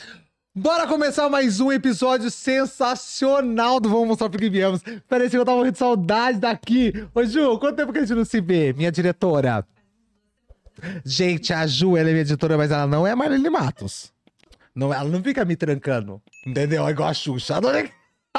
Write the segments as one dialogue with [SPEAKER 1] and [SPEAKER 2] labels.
[SPEAKER 1] Bora começar mais um episódio sensacional do Vamos Mostrar Porque Viemos. Parecia que eu tava morrendo de saudade daqui. Ô, Ju, quanto tempo que a gente não se vê, minha diretora? Gente, a Ju, ela é minha diretora, mas ela não é a Marlene Matos. Não, ela não fica me trancando, entendeu? É igual a Xuxa. Adorei.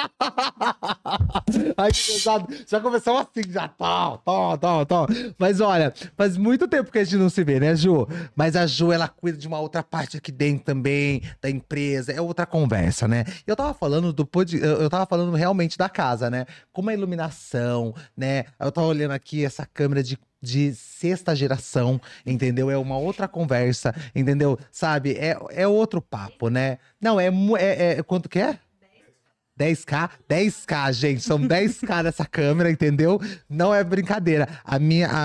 [SPEAKER 1] Ai, que pesado. Já começamos assim, já. Tó. Mas olha, faz muito tempo que a gente não se vê, né, Ju? Mas a Ju, ela cuida de uma outra parte aqui dentro também, da empresa. É outra conversa, né? Eu tava falando eu tava falando realmente da casa, né? Como a iluminação, né? Eu tava olhando aqui essa câmera de sexta geração, entendeu? É uma outra conversa, entendeu? Sabe? É outro papo, né? Não, quanto que é? 10K? 10K, gente. São 10K nessa câmera, entendeu? Não é brincadeira. A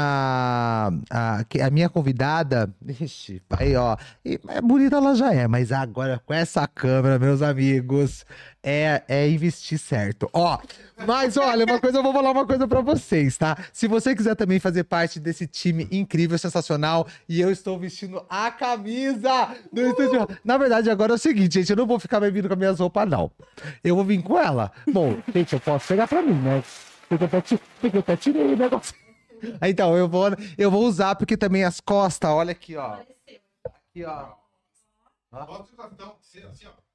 [SPEAKER 1] minha convidada... Ixi, aí, ó. É bonita, ela já é. Mas agora, com essa câmera, meus amigos, é investir certo. Ó, mas olha, eu vou falar uma coisa pra vocês, tá? Se você quiser também fazer parte desse time incrível, sensacional, e eu estou vestindo a camisa do estúdio. Na verdade, agora é o seguinte, gente, eu não vou ficar mais vindo com as minhas roupas, não. Eu vou vir com ela. Bom, gente, eu posso pegar pra mim, né? Porque eu até tirei o negócio. Então, eu vou usar, porque também as costas, olha aqui, ó. Aqui, ó.
[SPEAKER 2] Bota então, assim, ó.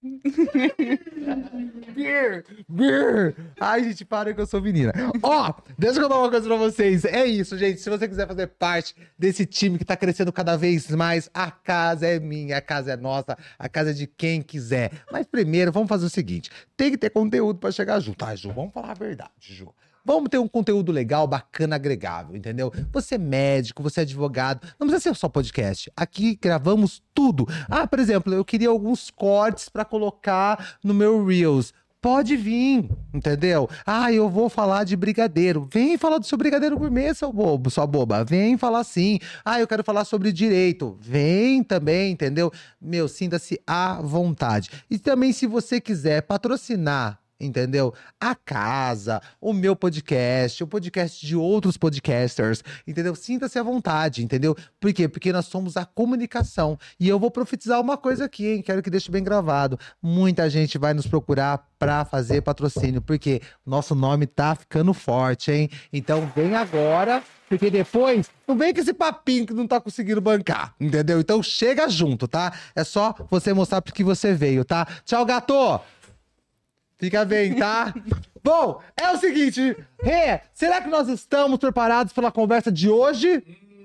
[SPEAKER 1] Beer. Ai, gente, para que eu sou menina. Ó, deixa eu contar uma coisa pra vocês. É isso, gente. Se você quiser fazer parte desse time que tá crescendo cada vez mais, a casa é minha, a casa é nossa, a casa é de quem quiser. Mas primeiro, vamos fazer o seguinte: tem que ter conteúdo pra chegar junto, tá, Ju? Vamos falar a verdade, Ju. Vamos ter um conteúdo legal, bacana, agregável, entendeu? Você é médico, você é advogado, não precisa ser só podcast. Aqui gravamos tudo. Ah, por exemplo, eu queria alguns cortes pra colocar no meu Reels. Pode vir, entendeu? Ah, eu vou falar de brigadeiro. Vem falar do seu brigadeiro gourmet, seu bobo, sua boba. Vem falar sim. Ah, eu quero falar sobre direito. Vem também, entendeu? Meu, sinta-se à vontade. E também, se você quiser patrocinar, entendeu? A casa, o meu podcast, o podcast de outros podcasters, entendeu? Sinta-se à vontade, entendeu? Por quê? Porque nós somos a comunicação. E eu vou profetizar uma coisa aqui, hein? Quero que deixe bem gravado. Muita gente vai nos procurar pra fazer patrocínio, porque nosso nome tá ficando forte, hein? Então vem agora, porque depois não vem com esse papinho que não tá conseguindo bancar, entendeu? Então chega junto, tá? É só você mostrar porque você veio, tá? Tchau, gato! Fica bem, tá? Bom, é o seguinte, Rê, será que nós estamos preparados pela conversa de hoje?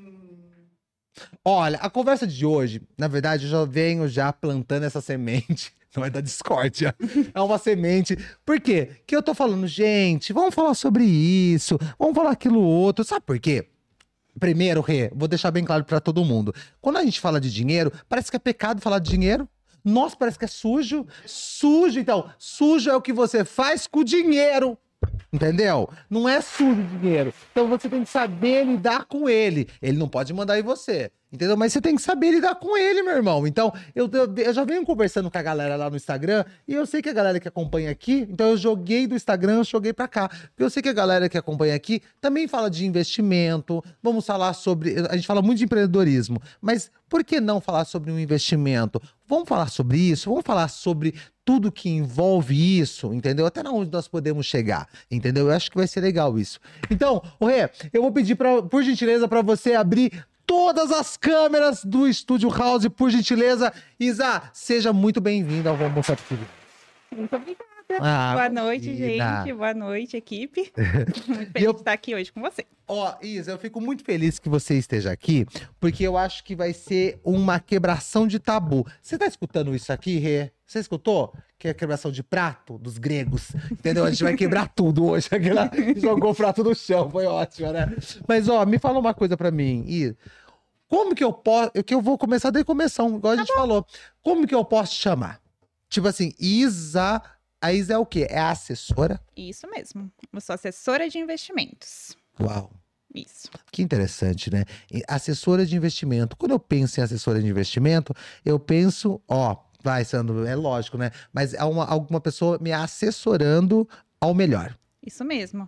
[SPEAKER 1] Olha, a conversa de hoje, na verdade, eu já venho plantando essa semente. Não é da discórdia, é uma semente. Por quê? Que eu tô falando, gente, vamos falar sobre isso, vamos falar aquilo outro. Sabe por quê? Primeiro, Rê, vou deixar bem claro pra todo mundo. Quando a gente fala de dinheiro, parece que é pecado falar de dinheiro. Nossa, parece que é sujo. Sujo, então. Sujo é o que você faz com o dinheiro. Entendeu? Não é sujo o dinheiro. Então você tem que saber lidar com ele. Ele não pode mandar em você. Entendeu? Mas você tem que saber lidar com ele, meu irmão. Então, eu já venho conversando com a galera lá no Instagram. E eu sei que a galera que acompanha aqui... Então, eu joguei do Instagram, eu joguei pra cá. Porque eu sei que a galera que acompanha aqui também fala de investimento. Vamos falar sobre... A gente fala muito de empreendedorismo. Mas por que não falar sobre um investimento? Vamos falar sobre isso? Vamos falar sobre tudo que envolve isso, entendeu? Até onde nós podemos chegar, entendeu? Eu acho que vai ser legal isso. Então, Rê, eu vou pedir, por gentileza, para você abrir todas as câmeras do Estúdio House, por gentileza. Isa, seja muito bem-vinda ao Vamos Mostrar Tudo.
[SPEAKER 3] Muito obrigada. Boa noite, gente. Boa noite, equipe. Muito feliz de estar aqui hoje com você.
[SPEAKER 1] Ó, Isa, eu fico muito feliz que você esteja aqui, porque eu acho que vai ser uma quebração de tabu. Você tá escutando isso aqui, Rê? Você escutou? Que é a quebração de prato dos gregos, entendeu? A gente vai quebrar tudo hoje. Aquela jogou o prato no chão, foi ótimo, né? Mas, ó, me fala uma coisa pra mim, Isa. Como que eu posso... Que eu vou começar desde o começo, igual a gente falou. Como que eu posso te chamar? Tipo assim, Isa... A Isa é o quê? É a assessora?
[SPEAKER 3] Isso mesmo. Eu sou assessora de investimentos.
[SPEAKER 1] Uau.
[SPEAKER 3] Isso.
[SPEAKER 1] Que interessante, né? Assessora de investimento. Quando eu penso em assessora de investimento, eu penso, ó, vai, Sandro, é lógico, né? Mas é alguma pessoa me assessorando ao melhor.
[SPEAKER 3] Isso mesmo.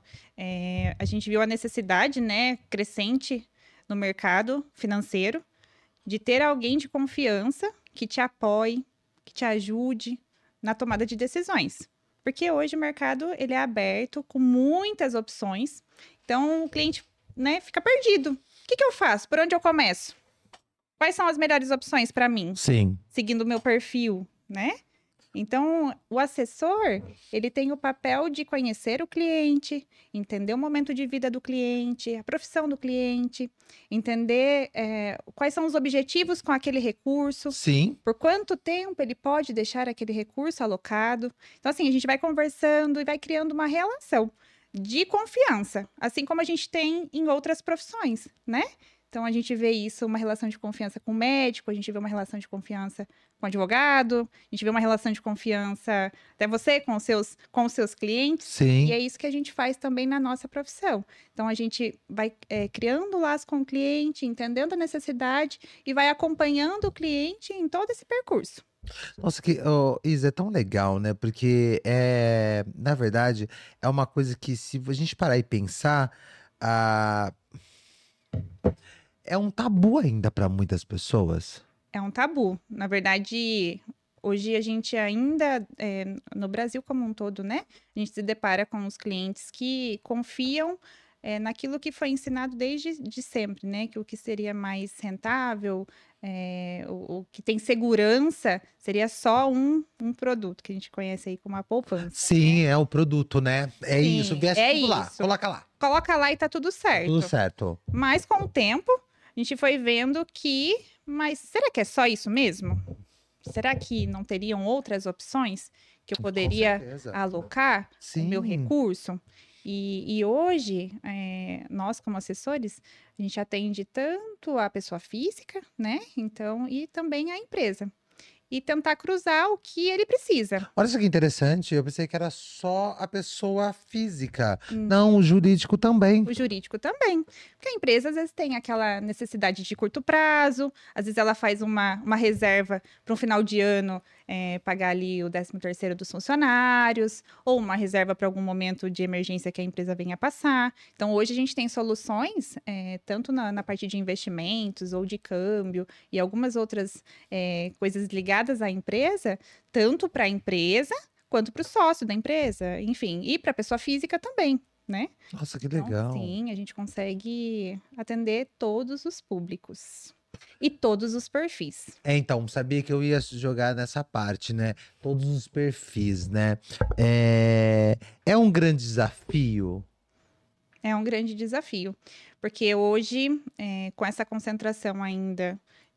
[SPEAKER 3] A gente viu a necessidade, né, crescente no mercado financeiro de ter alguém de confiança que te apoie, que te ajude na tomada de decisões. Porque hoje o mercado ele é aberto com muitas opções. Então, o cliente, né, fica perdido. O que eu faço? Por onde eu começo? Quais são as melhores opções para mim?
[SPEAKER 1] Sim.
[SPEAKER 3] Seguindo o meu perfil, né? Então, o assessor, ele tem o papel de conhecer o cliente, entender o momento de vida do cliente, a profissão do cliente, entender quais são os objetivos com aquele recurso.
[SPEAKER 1] Sim.
[SPEAKER 3] Por quanto tempo ele pode deixar aquele recurso alocado. Então, assim, a gente vai conversando e vai criando uma relação de confiança, assim como a gente tem em outras profissões, né? Então, a gente vê isso, uma relação de confiança com o médico, a gente vê uma relação de confiança com o advogado, a gente vê uma relação de confiança, até você, com os seus clientes.
[SPEAKER 1] Sim.
[SPEAKER 3] E é isso que a gente faz também na nossa profissão. Então, a gente vai criando laço com o cliente, entendendo a necessidade e vai acompanhando o cliente em todo esse percurso.
[SPEAKER 1] Nossa, Isa, é tão legal, né? Porque, na verdade, é uma coisa que, se a gente parar e pensar, é um tabu ainda para muitas pessoas.
[SPEAKER 3] É um tabu. Na verdade, hoje a gente ainda, no Brasil como um todo, né? A gente se depara com os clientes que confiam naquilo que foi ensinado desde de sempre, né? Que o que seria mais rentável, o que tem segurança, seria só um produto, que a gente conhece aí como a poupança.
[SPEAKER 1] Sim,
[SPEAKER 3] né?
[SPEAKER 1] é o produto, né? É
[SPEAKER 3] Sim,
[SPEAKER 1] isso, viesse tudo lá, coloca lá.
[SPEAKER 3] Coloca lá e tá tudo certo.
[SPEAKER 1] Tudo certo.
[SPEAKER 3] Mas com o tempo, a gente foi vendo que, mas será que é só isso mesmo? Será que não teriam outras opções que eu poderia alocar o meu recurso? E hoje, nós como assessores, a gente atende tanto a pessoa física, né? Então, e também a empresa. E tentar cruzar o que ele precisa.
[SPEAKER 1] Olha isso que interessante, eu pensei que era só a pessoa física. Não, o jurídico também.
[SPEAKER 3] O jurídico também. Porque a empresa, às vezes, tem aquela necessidade de curto prazo, às vezes ela faz uma reserva para um final de ano, pagar ali o 13º dos funcionários, ou uma reserva para algum momento de emergência que a empresa venha passar. Então, hoje a gente tem soluções, tanto na parte de investimentos ou de câmbio e algumas outras coisas ligadas à empresa, tanto para a empresa quanto para o sócio da empresa, enfim, e para a pessoa física também, né?
[SPEAKER 1] Nossa, que legal.
[SPEAKER 3] Então, sim, a gente consegue atender todos os públicos e todos os perfis.
[SPEAKER 1] Então, sabia que eu ia jogar nessa parte, né? Todos os perfis, né? É um grande desafio.
[SPEAKER 3] É um grande desafio, porque hoje, com essa concentração ainda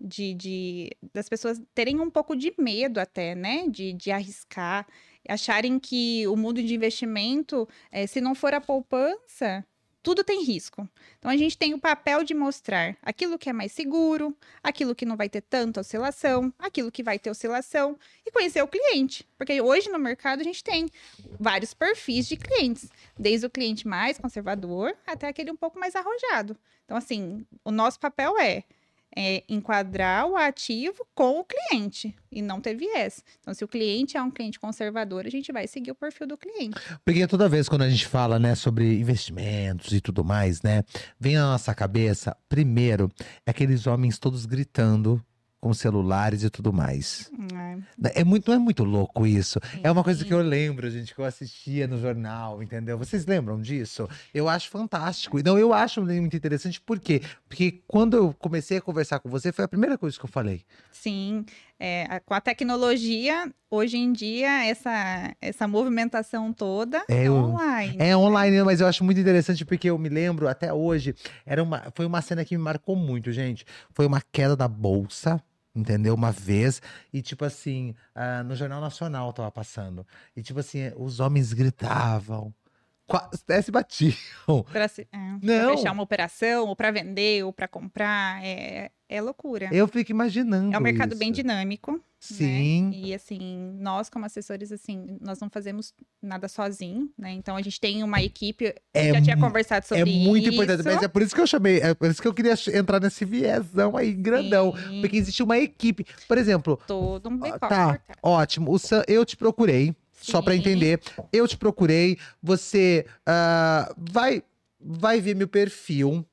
[SPEAKER 3] das pessoas terem um pouco de medo até, né, de arriscar, acharem que o mundo de investimento, se não for a poupança, tudo tem risco. Então, a gente tem o papel de mostrar aquilo que é mais seguro, aquilo que não vai ter tanta oscilação, aquilo que vai ter oscilação, e conhecer o cliente. Porque hoje no mercado a gente tem vários perfis de clientes, desde o cliente mais conservador até aquele um pouco mais arrojado. Então, assim, o nosso papel é enquadrar o ativo com o cliente e não ter viés. Então, se o cliente é um cliente conservador, a gente vai seguir o perfil do cliente.
[SPEAKER 1] Porque toda vez quando a gente fala, né, sobre investimentos e tudo mais, né, vem na nossa cabeça, primeiro, aqueles homens todos gritando com celulares e tudo mais. Não é muito louco isso? É uma coisa que eu lembro, gente, que eu assistia no jornal, entendeu? Vocês lembram disso? Eu acho fantástico. Então, eu acho muito interessante, por quê? Porque quando eu comecei a conversar com você, foi a primeira coisa que eu falei.
[SPEAKER 3] Sim, com a tecnologia, hoje em dia, essa movimentação toda é online.
[SPEAKER 1] É online, mas eu acho muito interessante porque eu me lembro, até hoje, foi uma cena que me marcou muito, gente. Foi uma queda da bolsa, entendeu? Uma vez, e tipo assim, no Jornal Nacional tava passando. E tipo assim, os homens gritavam, até se batiam.
[SPEAKER 3] Pra fechar uma operação, ou para vender, ou para comprar, é loucura.
[SPEAKER 1] Eu fico imaginando
[SPEAKER 3] É um mercado
[SPEAKER 1] isso.
[SPEAKER 3] bem dinâmico.
[SPEAKER 1] Sim.
[SPEAKER 3] Né? E assim, nós como assessores, assim, nós não fazemos nada sozinho, né? Então a gente tem uma equipe, já tinha conversado sobre isso.
[SPEAKER 1] É muito importante, mas é por isso que eu chamei, é por isso que eu queria entrar nesse viésão aí, grandão. Sim. Porque existe uma equipe, por exemplo...
[SPEAKER 3] Todo um back-office.
[SPEAKER 1] Tá, ótimo. Eu te procurei, só pra entender. Eu te procurei, você vai ver meu perfil,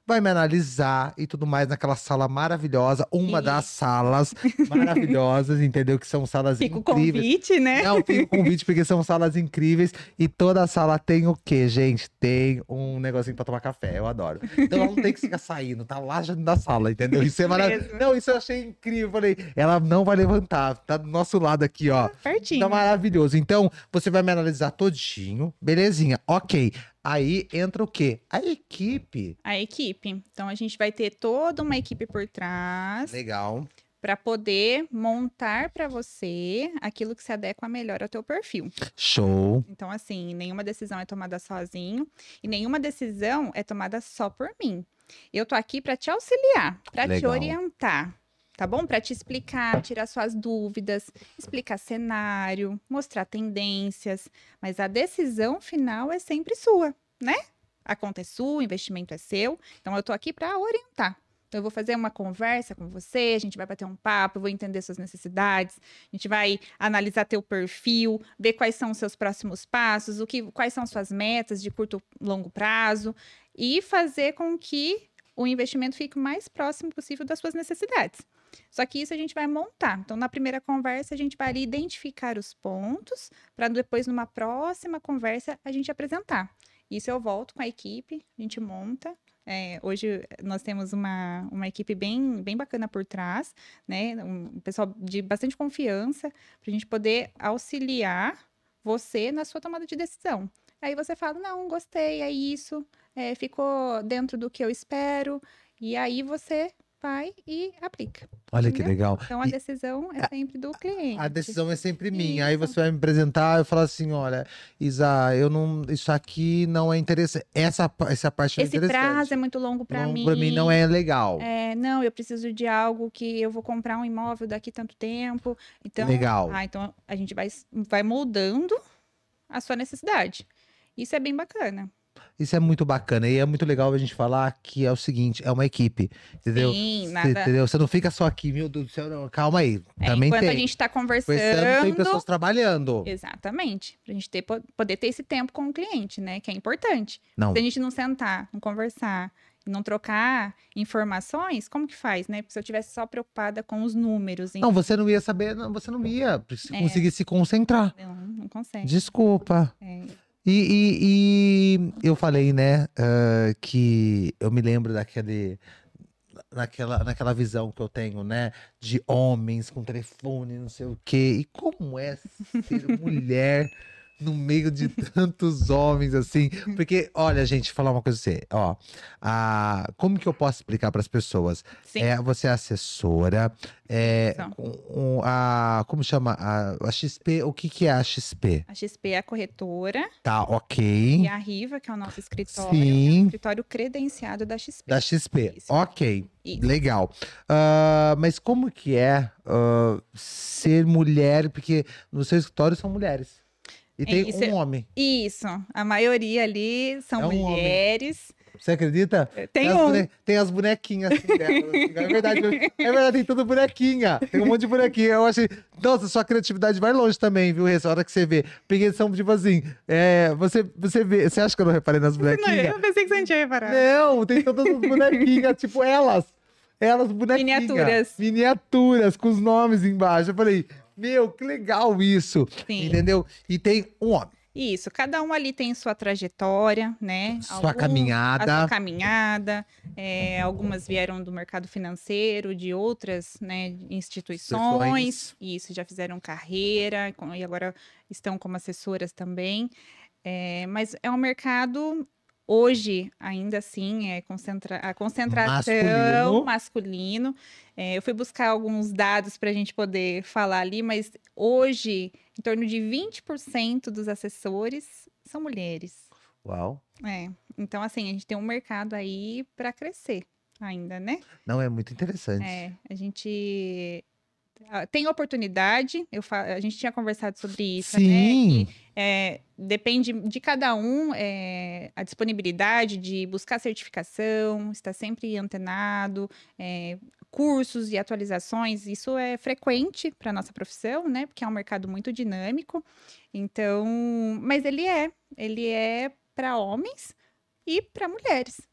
[SPEAKER 1] vai me analisar e tudo mais naquela sala maravilhosa, uma das salas maravilhosas, entendeu? Que são salas
[SPEAKER 3] Fica o
[SPEAKER 1] incríveis.
[SPEAKER 3] convite, né?
[SPEAKER 1] Não, fica o convite porque são salas incríveis e toda sala tem o quê, gente? Tem um negocinho pra tomar café, eu adoro. Então ela não tem que ficar saindo, tá lá já da sala, entendeu? Isso é maravilhoso.
[SPEAKER 3] Mesmo.
[SPEAKER 1] Não, isso eu achei incrível. Eu falei, ela não vai levantar, tá do nosso lado aqui, ó.
[SPEAKER 3] Pertinho.
[SPEAKER 1] Tá maravilhoso. Então, você vai me analisar todinho, belezinha, ok. Aí entra o quê? A equipe.
[SPEAKER 3] A equipe. Então, a gente vai ter toda uma equipe por trás
[SPEAKER 1] Legal.
[SPEAKER 3] para poder montar para você aquilo que se adequa melhor ao teu perfil.
[SPEAKER 1] Show.
[SPEAKER 3] Então, assim, nenhuma decisão é tomada sozinho e nenhuma decisão é tomada só por mim. Eu tô aqui para te auxiliar, para te
[SPEAKER 1] Legal.
[SPEAKER 3] orientar, tá bom? Para te explicar, tirar suas dúvidas, explicar cenário, mostrar tendências, mas a decisão final é sempre sua, né? A conta é sua, o investimento é seu. Então, eu tô aqui para orientar. Então, eu vou fazer uma conversa com você, a gente vai bater um papo, eu vou entender suas necessidades, a gente vai analisar teu perfil, ver quais são os seus próximos passos, quais são suas metas de curto e longo prazo e fazer com que o investimento fique o mais próximo possível das suas necessidades. Só que isso a gente vai montar. Então, na primeira conversa, a gente vai ali identificar os pontos para depois, numa próxima conversa, a gente apresentar. Isso eu volto com a equipe, a gente monta. Hoje nós temos uma equipe bem bacana por trás, né? Um pessoal de bastante confiança, para a gente poder auxiliar você na sua tomada de decisão. Aí você fala, não, gostei, é isso, ficou dentro do que eu espero, e aí você vai e aplica.
[SPEAKER 1] Olha que
[SPEAKER 3] Entendeu?
[SPEAKER 1] legal.
[SPEAKER 3] Então, a decisão é sempre do cliente.
[SPEAKER 1] A decisão é sempre minha. Aí
[SPEAKER 3] Isso.
[SPEAKER 1] você vai me apresentar, eu falo assim, olha, Isa, eu não, isso aqui não é interessante. Essa parte não é
[SPEAKER 3] Esse
[SPEAKER 1] interessante.
[SPEAKER 3] prazo é muito longo para mim.
[SPEAKER 1] Pra mim não é legal.
[SPEAKER 3] Não, eu preciso de algo que eu vou comprar um imóvel daqui tanto tempo. Então,
[SPEAKER 1] Legal.
[SPEAKER 3] Então a gente vai moldando a sua necessidade. Isso é bem bacana.
[SPEAKER 1] Isso é muito bacana. E é muito legal a gente falar que é o seguinte, é uma equipe, entendeu?
[SPEAKER 3] Sim,
[SPEAKER 1] Cê-
[SPEAKER 3] nada.
[SPEAKER 1] entendeu? Você não fica só aqui, meu Deus do céu, não, calma aí. Também
[SPEAKER 3] Enquanto
[SPEAKER 1] tem.
[SPEAKER 3] a gente tá
[SPEAKER 1] Conversando, tem
[SPEAKER 3] conversando.
[SPEAKER 1] pessoas trabalhando.
[SPEAKER 3] Exatamente. Pra gente poder ter esse tempo com o cliente, né? Que é importante.
[SPEAKER 1] Não,
[SPEAKER 3] Se a gente não sentar, não conversar, e não trocar informações, como que faz, né? Porque se eu tivesse só preocupada com os números,
[SPEAKER 1] não, você não ia saber, não, você não ia
[SPEAKER 3] É.
[SPEAKER 1] conseguir se concentrar.
[SPEAKER 3] não consegue.
[SPEAKER 1] Desculpa.
[SPEAKER 3] É,
[SPEAKER 1] E eu falei, né, que eu me lembro naquela visão que eu tenho, né, de homens com telefone, não sei o quê. E como é ser mulher no meio de tantos homens, assim? Porque, olha, gente, falar uma coisa pra você, ó. Como que eu posso explicar para as pessoas?
[SPEAKER 3] sim.
[SPEAKER 1] Você é assessora,
[SPEAKER 3] Isso.
[SPEAKER 1] como chama? A XP, o que é a XP?
[SPEAKER 3] A XP é a corretora
[SPEAKER 1] Tá, ok.
[SPEAKER 3] e a Riva, que é o nosso escritório,
[SPEAKER 1] Sim.
[SPEAKER 3] é o escritório credenciado da XP.
[SPEAKER 1] Da XP,
[SPEAKER 3] Isso.
[SPEAKER 1] ok.
[SPEAKER 3] Isso.
[SPEAKER 1] Legal. Mas como que é ser mulher? Porque no seu escritório são mulheres. E tem
[SPEAKER 3] isso
[SPEAKER 1] um homem.
[SPEAKER 3] Isso. A maioria ali são
[SPEAKER 1] É um homem.
[SPEAKER 3] mulheres.
[SPEAKER 1] Você acredita?
[SPEAKER 3] Tem
[SPEAKER 1] as
[SPEAKER 3] um.
[SPEAKER 1] tem as bonequinhas assim delas. Assim. É verdade, tem tudo bonequinha. Tem um monte de bonequinha. Eu achei. Nossa, sua criatividade vai longe também, viu, Ressa? A hora que você vê. Porque eles são tipo assim. Você vê. Você acha que eu não reparei nas bonequinhas?
[SPEAKER 3] Eu pensei que você não tinha reparado.
[SPEAKER 1] Não, tem todas as bonequinhas, tipo elas. Elas, bonequinhas.
[SPEAKER 3] Miniaturas.
[SPEAKER 1] Miniaturas, com os nomes embaixo. Eu falei, meu, que legal isso.
[SPEAKER 3] Sim.
[SPEAKER 1] Entendeu? E tem um homem.
[SPEAKER 3] Isso, cada um ali tem sua trajetória, né?
[SPEAKER 1] Sua caminhada.
[SPEAKER 3] A sua caminhada. Algumas vieram do mercado financeiro, de outras, né, instituições. Isso, já fizeram carreira e agora estão como assessoras também. Mas é um mercado hoje, ainda assim, a concentração masculino. Eu fui buscar alguns dados para a gente poder falar ali, mas hoje, em torno de 20% dos assessores são mulheres.
[SPEAKER 1] Uau.
[SPEAKER 3] Então, assim, a gente tem um mercado aí para crescer ainda, né?
[SPEAKER 1] Não, é muito interessante.
[SPEAKER 3] A gente tem oportunidade, a gente tinha conversado sobre isso,
[SPEAKER 1] Sim.
[SPEAKER 3] né? Depende de cada um, a disponibilidade de buscar certificação, estar sempre antenado, cursos e atualizações, isso é frequente para a nossa profissão, né? Porque é um mercado muito dinâmico. Então, mas ele é para homens e para mulheres.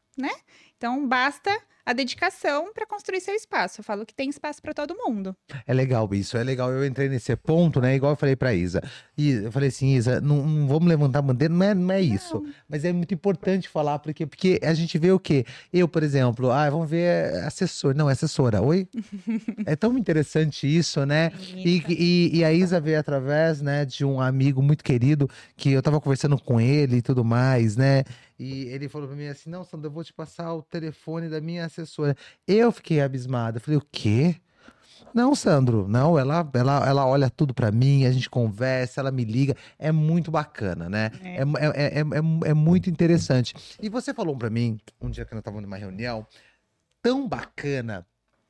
[SPEAKER 3] né? Então, basta a dedicação para construir seu espaço. Eu falo que tem espaço para todo mundo.
[SPEAKER 1] É legal isso, é legal. Eu entrei nesse ponto, né? Igual eu falei pra Isa. E eu falei assim, Isa, não vamos levantar bandeira, não é isso. Mas é muito importante falar, porque a gente vê o quê? Eu, por exemplo, vamos ver assessor. Não, é assessora. Oi? É tão interessante isso, né? E a Isa veio através, né, de um amigo muito querido, que eu tava conversando com ele e tudo mais, né? E ele falou pra mim assim, não, Sandra, eu vou te passar o telefone da minha assessora. Eu fiquei abismada. Eu falei, o quê? Não, Sandro, não, ela olha tudo pra mim, a gente conversa, ela me liga, é muito bacana, né? É muito interessante. E você falou pra mim, um dia que eu tava numa reunião, tão bacana,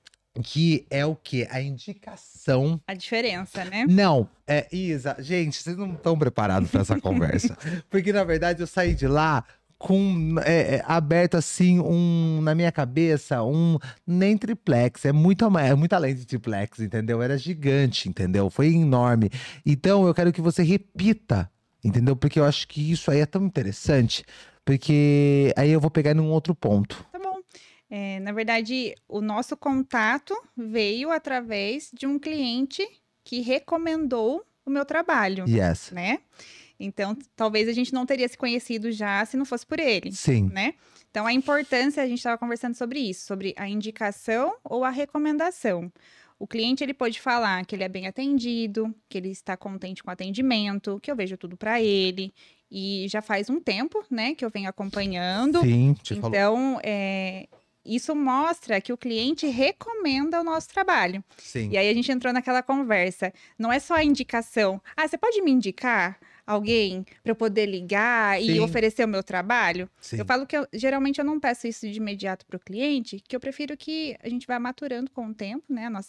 [SPEAKER 1] que é o quê? A indicação.
[SPEAKER 3] A diferença, né?
[SPEAKER 1] Não, Isa, gente, vocês não estão preparados pra essa conversa. Porque, na verdade, eu saí de lá com aberto assim na minha cabeça nem triplex, é muito além de triplex, entendeu? Era gigante, entendeu? Foi enorme. Então eu quero que você repita, entendeu? Porque eu acho que isso aí é tão interessante, porque aí eu vou pegar num outro ponto.
[SPEAKER 3] Tá bom. Na verdade, o nosso contato veio através de um cliente que recomendou o meu trabalho,
[SPEAKER 1] Yes.
[SPEAKER 3] né? Então, talvez a gente não teria se conhecido já se não fosse por ele,
[SPEAKER 1] Sim.
[SPEAKER 3] né? Então, a importância, a gente estava conversando sobre isso, sobre a indicação ou a recomendação. O cliente, ele pode falar que ele é bem atendido, que ele está contente com o atendimento, que eu vejo tudo para ele. E já faz um tempo, né, que eu venho acompanhando.
[SPEAKER 1] Sim,
[SPEAKER 3] Então, isso mostra que o cliente recomenda o nosso trabalho.
[SPEAKER 1] Sim.
[SPEAKER 3] E aí a gente entrou naquela conversa. Não é só a indicação. Você pode me indicar alguém para eu poder ligar e oferecer o meu trabalho?
[SPEAKER 1] Sim.
[SPEAKER 3] Eu falo que geralmente eu não peço isso de imediato para o cliente, que eu prefiro que a gente vá maturando com o tempo, né? A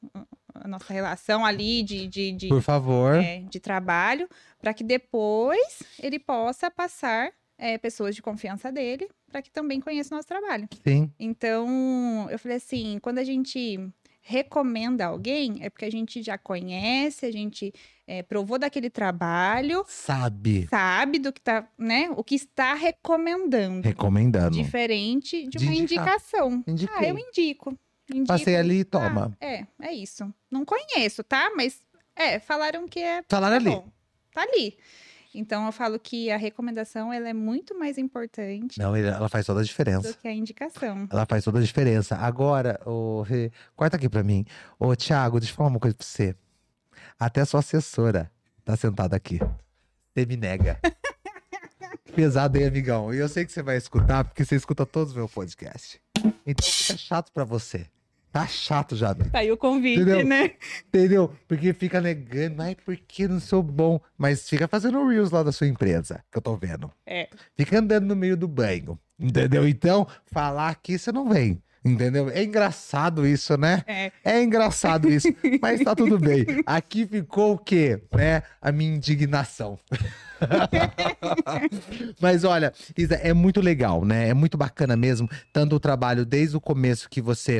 [SPEAKER 3] nossa relação ali de
[SPEAKER 1] por favor,
[SPEAKER 3] de trabalho, para que depois ele possa passar pessoas de confiança dele para que também conheçam o nosso trabalho.
[SPEAKER 1] Sim.
[SPEAKER 3] Então, eu falei assim, quando a gente recomenda alguém, é porque a gente já conhece, a gente provou daquele trabalho.
[SPEAKER 1] Sabe
[SPEAKER 3] do que tá, né? O que está recomendando. Diferente de uma indicação.
[SPEAKER 1] Indiquei.
[SPEAKER 3] Eu indico.
[SPEAKER 1] Passei ali e toma.
[SPEAKER 3] É isso. Não conheço, tá? Mas falaram que
[SPEAKER 1] Falaram ali.
[SPEAKER 3] Bom, tá ali. Então, eu falo que a recomendação, ela é muito mais importante.
[SPEAKER 1] Não, ela faz toda a diferença.
[SPEAKER 3] Do que a indicação.
[SPEAKER 1] Ela faz toda a diferença. Agora, corta aqui pra mim. Ô, Thiago, deixa eu falar uma coisa pra você. Até sua assessora tá sentada aqui. Você me nega. Pesado, hein, amigão? E eu sei que você vai escutar, porque você escuta todos os meus podcasts. Então fica chato pra você. Tá chato já, amigo.
[SPEAKER 3] Tá aí o convite,
[SPEAKER 1] entendeu?
[SPEAKER 3] né?
[SPEAKER 1] Entendeu? Porque fica negando, porque não sou bom. Mas fica fazendo reels lá da sua empresa, que eu tô vendo. Fica andando no meio do banho, entendeu? Então, falar aqui você não vem, entendeu? É engraçado isso, né? É engraçado isso, mas tá tudo bem. Aqui ficou o quê? Né? A minha indignação. Mas olha, Isa, é muito legal, né? É muito bacana mesmo, tanto o trabalho desde o começo que você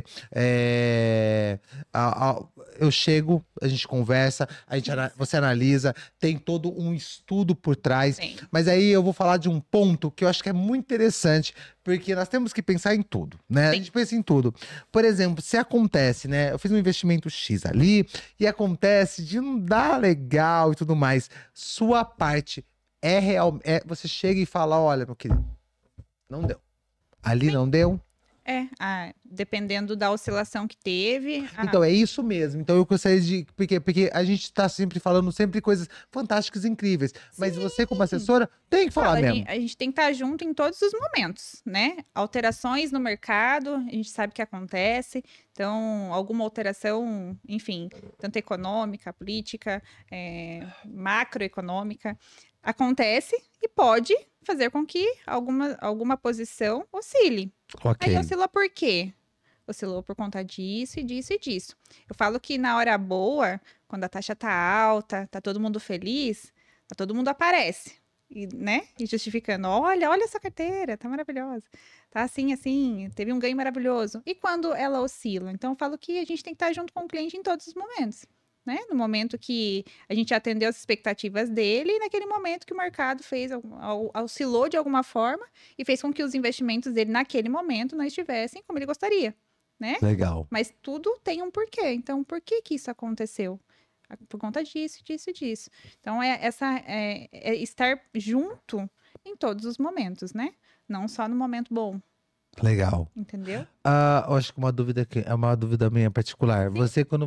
[SPEAKER 1] eu chego, a gente conversa, você analisa, tem todo um estudo por trás.
[SPEAKER 3] Sim.
[SPEAKER 1] Mas aí eu vou falar de um ponto que eu acho que é muito interessante, porque nós temos que pensar em tudo, né?
[SPEAKER 3] Sim.
[SPEAKER 1] A gente pensa em tudo. Por exemplo, se acontece, né? Eu fiz um investimento X ali e acontece de não dar legal e tudo mais. Sua parte é real, você chega e fala, olha, meu querido, não deu. Ali não deu.
[SPEAKER 3] Dependendo da oscilação que teve.
[SPEAKER 1] Então, é isso mesmo. Então, eu gostaria de... Porque a gente tá sempre falando coisas fantásticas e incríveis. Mas você, como assessora, tem que falar mesmo.
[SPEAKER 3] A gente tem que estar junto em todos os momentos, né? Alterações no mercado, a gente sabe que acontece. Então, alguma alteração, enfim, tanto econômica, política, macroeconômica, acontece e pode fazer com que alguma posição oscile.
[SPEAKER 1] Ok.
[SPEAKER 3] Aí oscilou por quê? Oscilou por conta disso e disso e disso. Eu falo que na hora boa, quando a taxa tá alta, tá todo mundo feliz, todo mundo aparece. E, né? E justificando, olha essa carteira, tá maravilhosa. Tá assim, teve um ganho maravilhoso. E quando ela oscila? Então, eu falo que a gente tem que estar junto com o cliente em todos os momentos. né? No momento que a gente atendeu as expectativas dele e naquele momento que o mercado oscilou de alguma forma e fez com que os investimentos dele naquele momento não estivessem como ele gostaria, né?
[SPEAKER 1] Legal.
[SPEAKER 3] Mas tudo tem um porquê. Então, por que que isso aconteceu? Por conta disso, disso, disso. Então, é estar junto em todos os momentos, né? Não só no momento bom,
[SPEAKER 1] Legal.
[SPEAKER 3] entendeu?
[SPEAKER 1] Eu acho que uma dúvida que é uma dúvida minha particular. Quando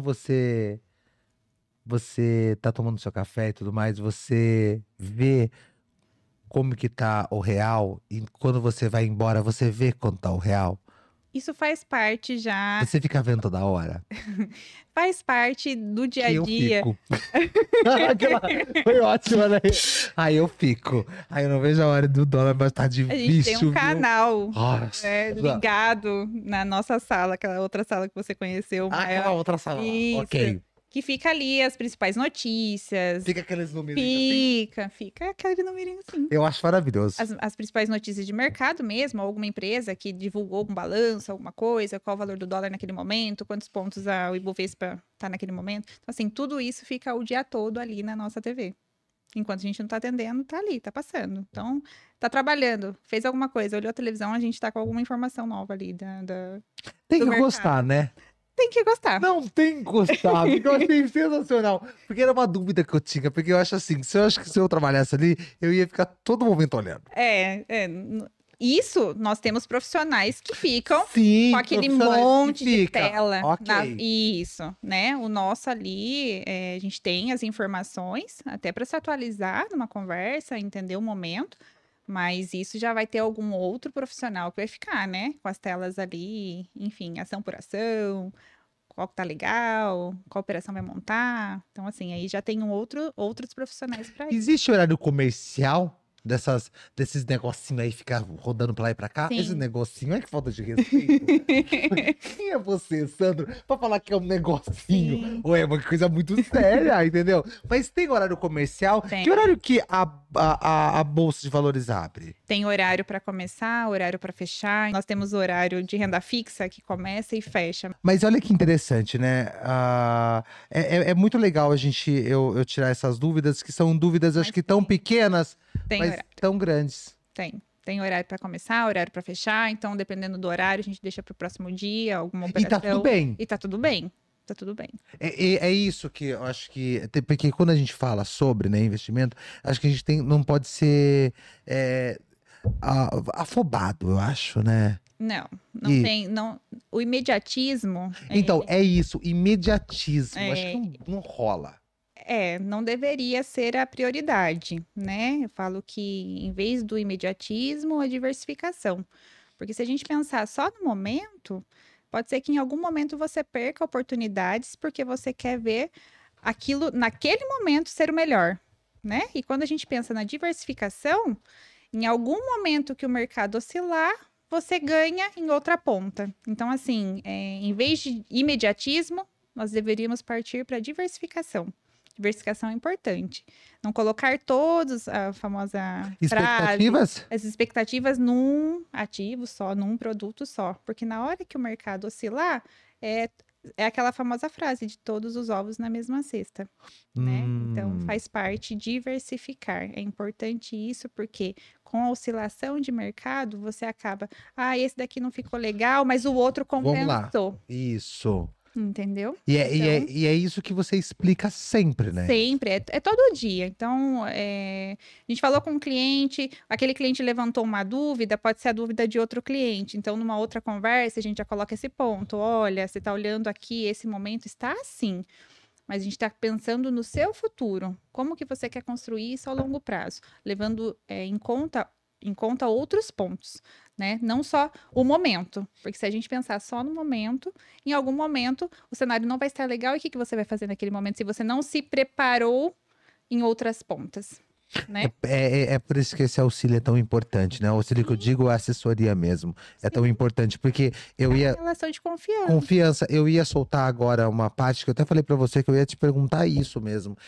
[SPEAKER 1] você tá tomando seu café e tudo mais, você vê como que tá o real e quando você vai embora, você vê quanto tá o real?
[SPEAKER 3] Isso faz parte já,
[SPEAKER 1] Você fica vendo toda hora?
[SPEAKER 3] faz parte do dia
[SPEAKER 1] Que
[SPEAKER 3] a
[SPEAKER 1] eu
[SPEAKER 3] dia.
[SPEAKER 1] fico. Aquela foi ótima, né? Aí eu fico. Aí eu não vejo a hora do dólar, mas tá
[SPEAKER 3] A gente
[SPEAKER 1] difícil,
[SPEAKER 3] tem um
[SPEAKER 1] viu?
[SPEAKER 3] canal
[SPEAKER 1] Nossa.
[SPEAKER 3] ligado na nossa sala, aquela outra sala que você conheceu,
[SPEAKER 1] Aquela
[SPEAKER 3] maior,
[SPEAKER 1] outra sala lá.
[SPEAKER 3] Isso.
[SPEAKER 1] Ok.
[SPEAKER 3] que fica ali as principais notícias.
[SPEAKER 1] Fica aqueles números assim.
[SPEAKER 3] Fica aquele numerinho assim.
[SPEAKER 1] Eu acho maravilhoso.
[SPEAKER 3] As principais notícias de mercado mesmo, alguma empresa que divulgou um balanço, alguma coisa, qual o valor do dólar naquele momento, quantos pontos o Ibovespa tá naquele momento. Então, assim, tudo isso fica o dia todo ali na nossa TV. Enquanto a gente não tá atendendo, tá ali, tá passando. Então, tá trabalhando, fez alguma coisa, olhou a televisão, a gente tá com alguma informação nova ali
[SPEAKER 1] Tem
[SPEAKER 3] do
[SPEAKER 1] que
[SPEAKER 3] mercado.
[SPEAKER 1] gostar, né?
[SPEAKER 3] Tem que gostar.
[SPEAKER 1] Não tem que gostar, porque eu achei sensacional. Porque era uma dúvida que eu tinha, porque eu acho assim, se eu trabalhasse ali, eu ia ficar todo momento olhando.
[SPEAKER 3] Isso, nós temos profissionais que ficam
[SPEAKER 1] Sim,
[SPEAKER 3] com aquele
[SPEAKER 1] profissionais que
[SPEAKER 3] monte de
[SPEAKER 1] fica.
[SPEAKER 3] tela.
[SPEAKER 1] Ok.
[SPEAKER 3] Isso, né? O nosso ali, a gente tem as informações, até para se atualizar numa conversa, entender o momento, mas isso já vai ter algum outro profissional que vai ficar, né? Com as telas ali, enfim, ação por ação, qual que tá legal, qual operação vai montar. Então, assim, aí já tem outros profissionais para isso.
[SPEAKER 1] Existe horário comercial desses negocinhos aí, ficar rodando pra lá e pra cá?
[SPEAKER 3] Sim.
[SPEAKER 1] Esse negocinho é que falta de respeito. Quem é você, Sandro, pra falar que é um negocinho?
[SPEAKER 3] Sim.
[SPEAKER 1] Ou é uma coisa muito séria, entendeu? Mas tem horário comercial?
[SPEAKER 3] Tem.
[SPEAKER 1] Que horário que a Bolsa de Valores abre?
[SPEAKER 3] Tem horário para começar, horário para fechar. Nós temos horário de renda fixa que começa e fecha.
[SPEAKER 1] Mas olha que interessante, né? É muito legal eu tirar essas dúvidas, que são dúvidas, acho
[SPEAKER 3] Mas
[SPEAKER 1] que tão pequenas,
[SPEAKER 3] Tem
[SPEAKER 1] mas
[SPEAKER 3] horário.
[SPEAKER 1] tão grandes.
[SPEAKER 3] Tem horário para começar, horário para fechar. Então, dependendo do horário, a gente deixa para o próximo dia, alguma
[SPEAKER 1] E
[SPEAKER 3] operação.
[SPEAKER 1] tá tudo bem.
[SPEAKER 3] E tá tudo bem. Tá tudo bem.
[SPEAKER 1] É isso que eu acho que. Porque quando a gente fala sobre, né, investimento, acho que a gente não pode ser afobado, eu acho, né?
[SPEAKER 3] Não
[SPEAKER 1] E-
[SPEAKER 3] tem. Não, o imediatismo.
[SPEAKER 1] Então, é isso, imediatismo. Acho
[SPEAKER 3] É.
[SPEAKER 1] que não rola.
[SPEAKER 3] Não deveria ser a prioridade, né? Eu falo que em vez do imediatismo, a diversificação. Porque se a gente pensar só no momento, pode ser que em algum momento você perca oportunidades porque você quer ver aquilo naquele momento ser o melhor, né? E quando a gente pensa na diversificação, em algum momento que o mercado oscilar, você ganha em outra ponta. Então, assim, em vez de imediatismo, nós deveríamos partir para diversificação. Diversificação é importante. Não colocar todos a famosa frase,
[SPEAKER 1] Expectativas?
[SPEAKER 3] as expectativas num ativo só, num produto só. Porque na hora que o mercado oscilar, é aquela famosa frase de todos os ovos na mesma cesta, né? Então, faz parte diversificar. É importante isso porque com a oscilação de mercado, você acaba, esse daqui não ficou legal, mas o outro
[SPEAKER 1] Vamos lá.
[SPEAKER 3] compensou.
[SPEAKER 1] Isso.
[SPEAKER 3] Entendeu?
[SPEAKER 1] E é isso que você explica sempre, né?
[SPEAKER 3] Sempre, é todo dia. Então, a gente falou com um cliente, aquele cliente levantou uma dúvida, pode ser a dúvida de outro cliente. Então, numa outra conversa, a gente já coloca esse ponto. Olha, você está olhando aqui, esse momento está assim. Mas a gente está pensando no seu futuro. Como que você quer construir isso ao longo prazo? Levando em conta outros pontos, né? Não só o momento, porque se a gente pensar só no momento, em algum momento o cenário não vai estar legal e o que você vai fazer naquele momento se você não se preparou em outras pontas, né?
[SPEAKER 1] É por isso que esse auxílio é tão importante, né? O auxílio que eu digo é assessoria mesmo. É tão importante, porque eu ia.
[SPEAKER 3] Relação de confiança.
[SPEAKER 1] Confiança, eu ia soltar agora uma parte que eu até falei pra você que eu ia te perguntar isso mesmo.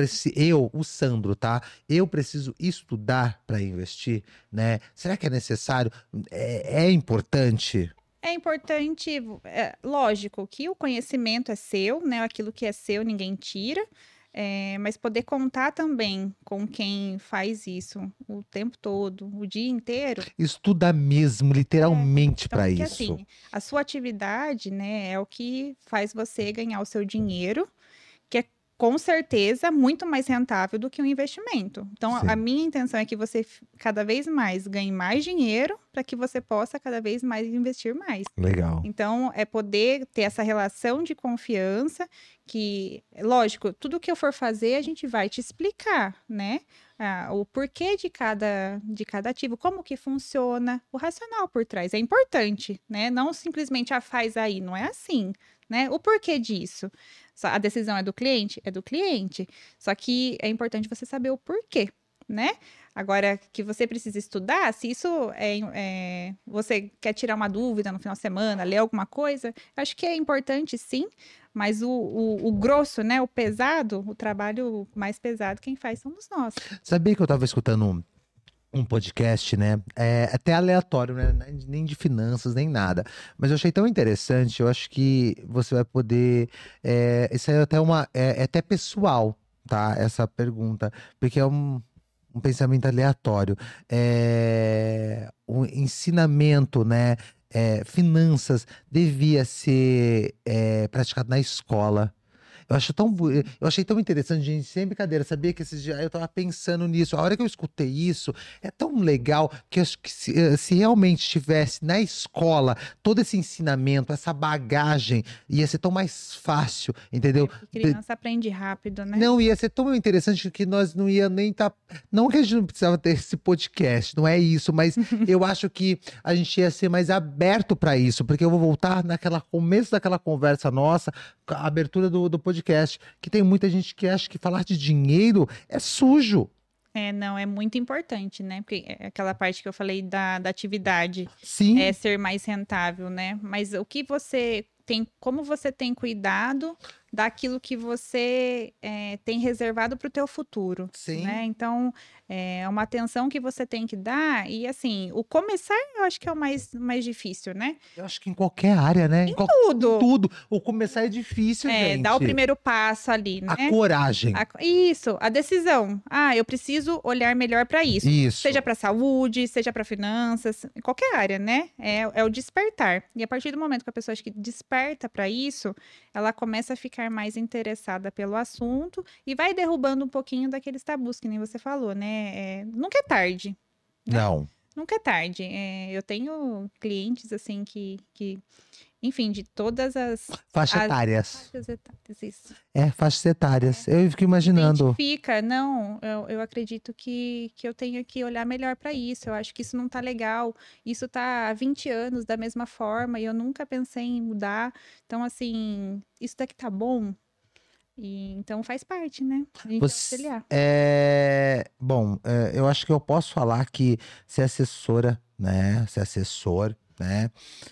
[SPEAKER 1] O Sandro, tá? Eu preciso estudar pra investir, né? Será que é necessário? É importante?
[SPEAKER 3] É importante, lógico, que o conhecimento é seu, né? Aquilo que é seu, ninguém tira. Mas poder contar também com quem faz isso o tempo todo, o dia inteiro.
[SPEAKER 1] Estuda mesmo, literalmente,
[SPEAKER 3] Então,
[SPEAKER 1] para
[SPEAKER 3] porque
[SPEAKER 1] isso.
[SPEAKER 3] assim, a sua atividade, né, é o que faz você ganhar o seu dinheiro, que é com certeza muito mais rentável do que um investimento. Então, a
[SPEAKER 1] Sim.
[SPEAKER 3] minha intenção é que você cada vez mais ganhe mais dinheiro para que você possa cada vez mais investir mais.
[SPEAKER 1] Legal.
[SPEAKER 3] Então, é poder ter essa relação de confiança que, lógico, tudo que eu for fazer, a gente vai te explicar, né? O porquê de cada ativo, como que funciona, o racional por trás. É importante, né? Não simplesmente, faz aí, não é assim, né? O porquê disso. A decisão é do cliente? É do cliente. Só que é importante você saber o porquê, né? Agora, que você precisa estudar, se isso você quer tirar uma dúvida no final de semana, ler alguma coisa, acho que é importante sim, mas o grosso, né, o pesado, o trabalho mais pesado, quem faz somos nós.
[SPEAKER 1] Sabia que eu tava escutando um podcast, né? Até aleatório, né? Nem de finanças, nem nada. Mas eu achei tão interessante, eu acho que você vai poder. Isso aí é até é até pessoal, tá? Essa pergunta. Porque é um pensamento aleatório. O ensinamento, né? Finanças devia ser praticado na escola. Eu achei tão interessante, gente, sem brincadeira. Sabia que esses dias eu tava pensando nisso. A hora que eu escutei isso, é tão legal que eu acho que se realmente tivesse na escola todo esse ensinamento, essa bagagem, ia ser tão mais fácil, entendeu?
[SPEAKER 3] Criança aprende rápido, né?
[SPEAKER 1] Não, ia ser tão interessante que nós não ia nem estar. Não que a gente não precisava ter esse podcast, não é isso, mas eu acho que a gente ia ser mais aberto para isso, porque eu vou voltar naquela começo daquela conversa nossa, a abertura do podcast, que tem muita gente que acha que falar de dinheiro é sujo.
[SPEAKER 3] Não, é muito importante, né? Porque é aquela parte que eu falei da atividade
[SPEAKER 1] Sim.
[SPEAKER 3] é ser mais rentável, né? Mas o que você tem, como você tem cuidado daquilo que você tem reservado para o teu futuro,
[SPEAKER 1] Sim.
[SPEAKER 3] né? Então, é uma atenção que você tem que dar e, assim, o começar eu acho que é o mais difícil, né?
[SPEAKER 1] Eu acho que em qualquer área, né?
[SPEAKER 3] Em tudo.
[SPEAKER 1] Em tudo. O começar é difícil, gente.
[SPEAKER 3] Dar o primeiro passo ali, né?
[SPEAKER 1] A coragem.
[SPEAKER 3] Isso, a decisão. Eu preciso olhar melhor para isso.
[SPEAKER 1] Isso.
[SPEAKER 3] Seja para saúde, seja para finanças, em qualquer área, né? É o despertar. E a partir do momento que a pessoa acho que desperta para isso, ela começa a ficar mais interessada pelo assunto e vai derrubando um pouquinho daqueles tabus que nem você falou, né? Nunca é tarde. Né?
[SPEAKER 1] Não.
[SPEAKER 3] Nunca é tarde. Eu tenho clientes, assim, que enfim, de todas as
[SPEAKER 1] Faixa etárias.
[SPEAKER 3] faixas etárias, isso.
[SPEAKER 1] Faixas etárias. Eu fico imaginando.
[SPEAKER 3] Identifica, não, eu acredito que eu tenho que olhar melhor para isso. Eu acho que isso não tá legal. Isso tá há 20 anos da mesma forma e eu nunca pensei em mudar. Então, assim, isso daqui tá bom. E então faz parte, né? A gente auxiliar.
[SPEAKER 1] Bom, eu acho que eu posso falar que ser assessora, né? Ser assessor, né?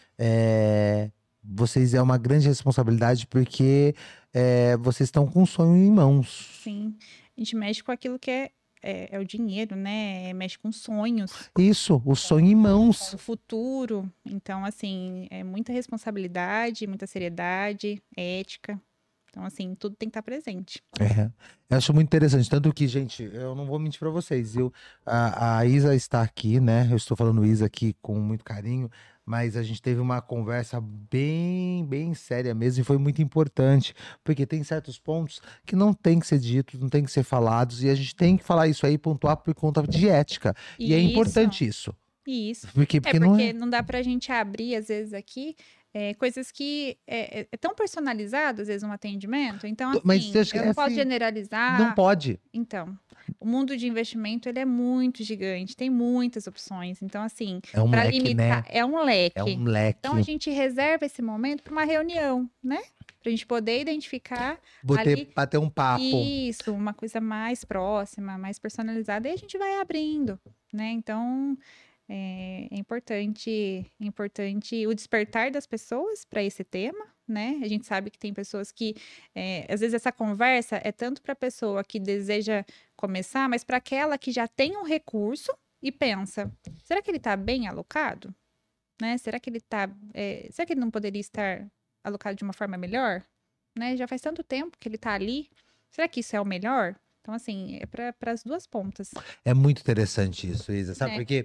[SPEAKER 1] Vocês é uma grande responsabilidade porque vocês estão com um sonho em mãos.
[SPEAKER 3] Sim, a gente mexe com aquilo que é o dinheiro, né? Mexe com sonhos.
[SPEAKER 1] Isso, o sonho em mãos.
[SPEAKER 3] O futuro. Então, assim, é muita responsabilidade, muita seriedade, ética. Então, assim, tudo tem que estar presente.
[SPEAKER 1] Eu acho muito interessante. Tanto que, gente, eu não vou mentir pra vocês. A Isa está aqui, né? Eu estou falando Isa aqui com muito carinho. Mas a gente teve uma conversa bem, bem séria mesmo e foi muito importante, porque tem certos pontos que não tem que ser ditos, não tem que ser falados, e a gente tem que falar isso aí, pontuar por conta de ética. E é importante isso.
[SPEAKER 3] Isso.
[SPEAKER 1] Porque
[SPEAKER 3] não dá pra gente abrir, às vezes, aqui, coisas que é tão personalizado, às vezes, um atendimento. Então, assim,
[SPEAKER 1] Mas
[SPEAKER 3] eu não posso generalizar.
[SPEAKER 1] Não pode.
[SPEAKER 3] Então, o mundo de investimento, ele é muito gigante, tem muitas opções. Então, assim,
[SPEAKER 1] É um
[SPEAKER 3] para
[SPEAKER 1] leque,
[SPEAKER 3] limitar,
[SPEAKER 1] né?
[SPEAKER 3] é um leque.
[SPEAKER 1] É um leque.
[SPEAKER 3] Então, a gente reserva esse momento para uma reunião, né? Pra gente poder identificar
[SPEAKER 1] Bater um papo.
[SPEAKER 3] Isso, uma coisa mais próxima, mais personalizada, e a gente vai abrindo, né? Então, é importante o despertar das pessoas para esse tema, né? A gente sabe que tem pessoas que, às vezes, essa conversa é tanto para a pessoa que deseja começar, mas para aquela que já tem um recurso e pensa: será que ele está bem alocado? né? Será que será que ele não poderia estar alocado de uma forma melhor? Né? Já faz tanto tempo que ele tá ali. Será que isso é o melhor? Então, assim, é para as duas pontas.
[SPEAKER 1] É muito interessante isso, Isa, sabe?
[SPEAKER 3] É.
[SPEAKER 1] Porque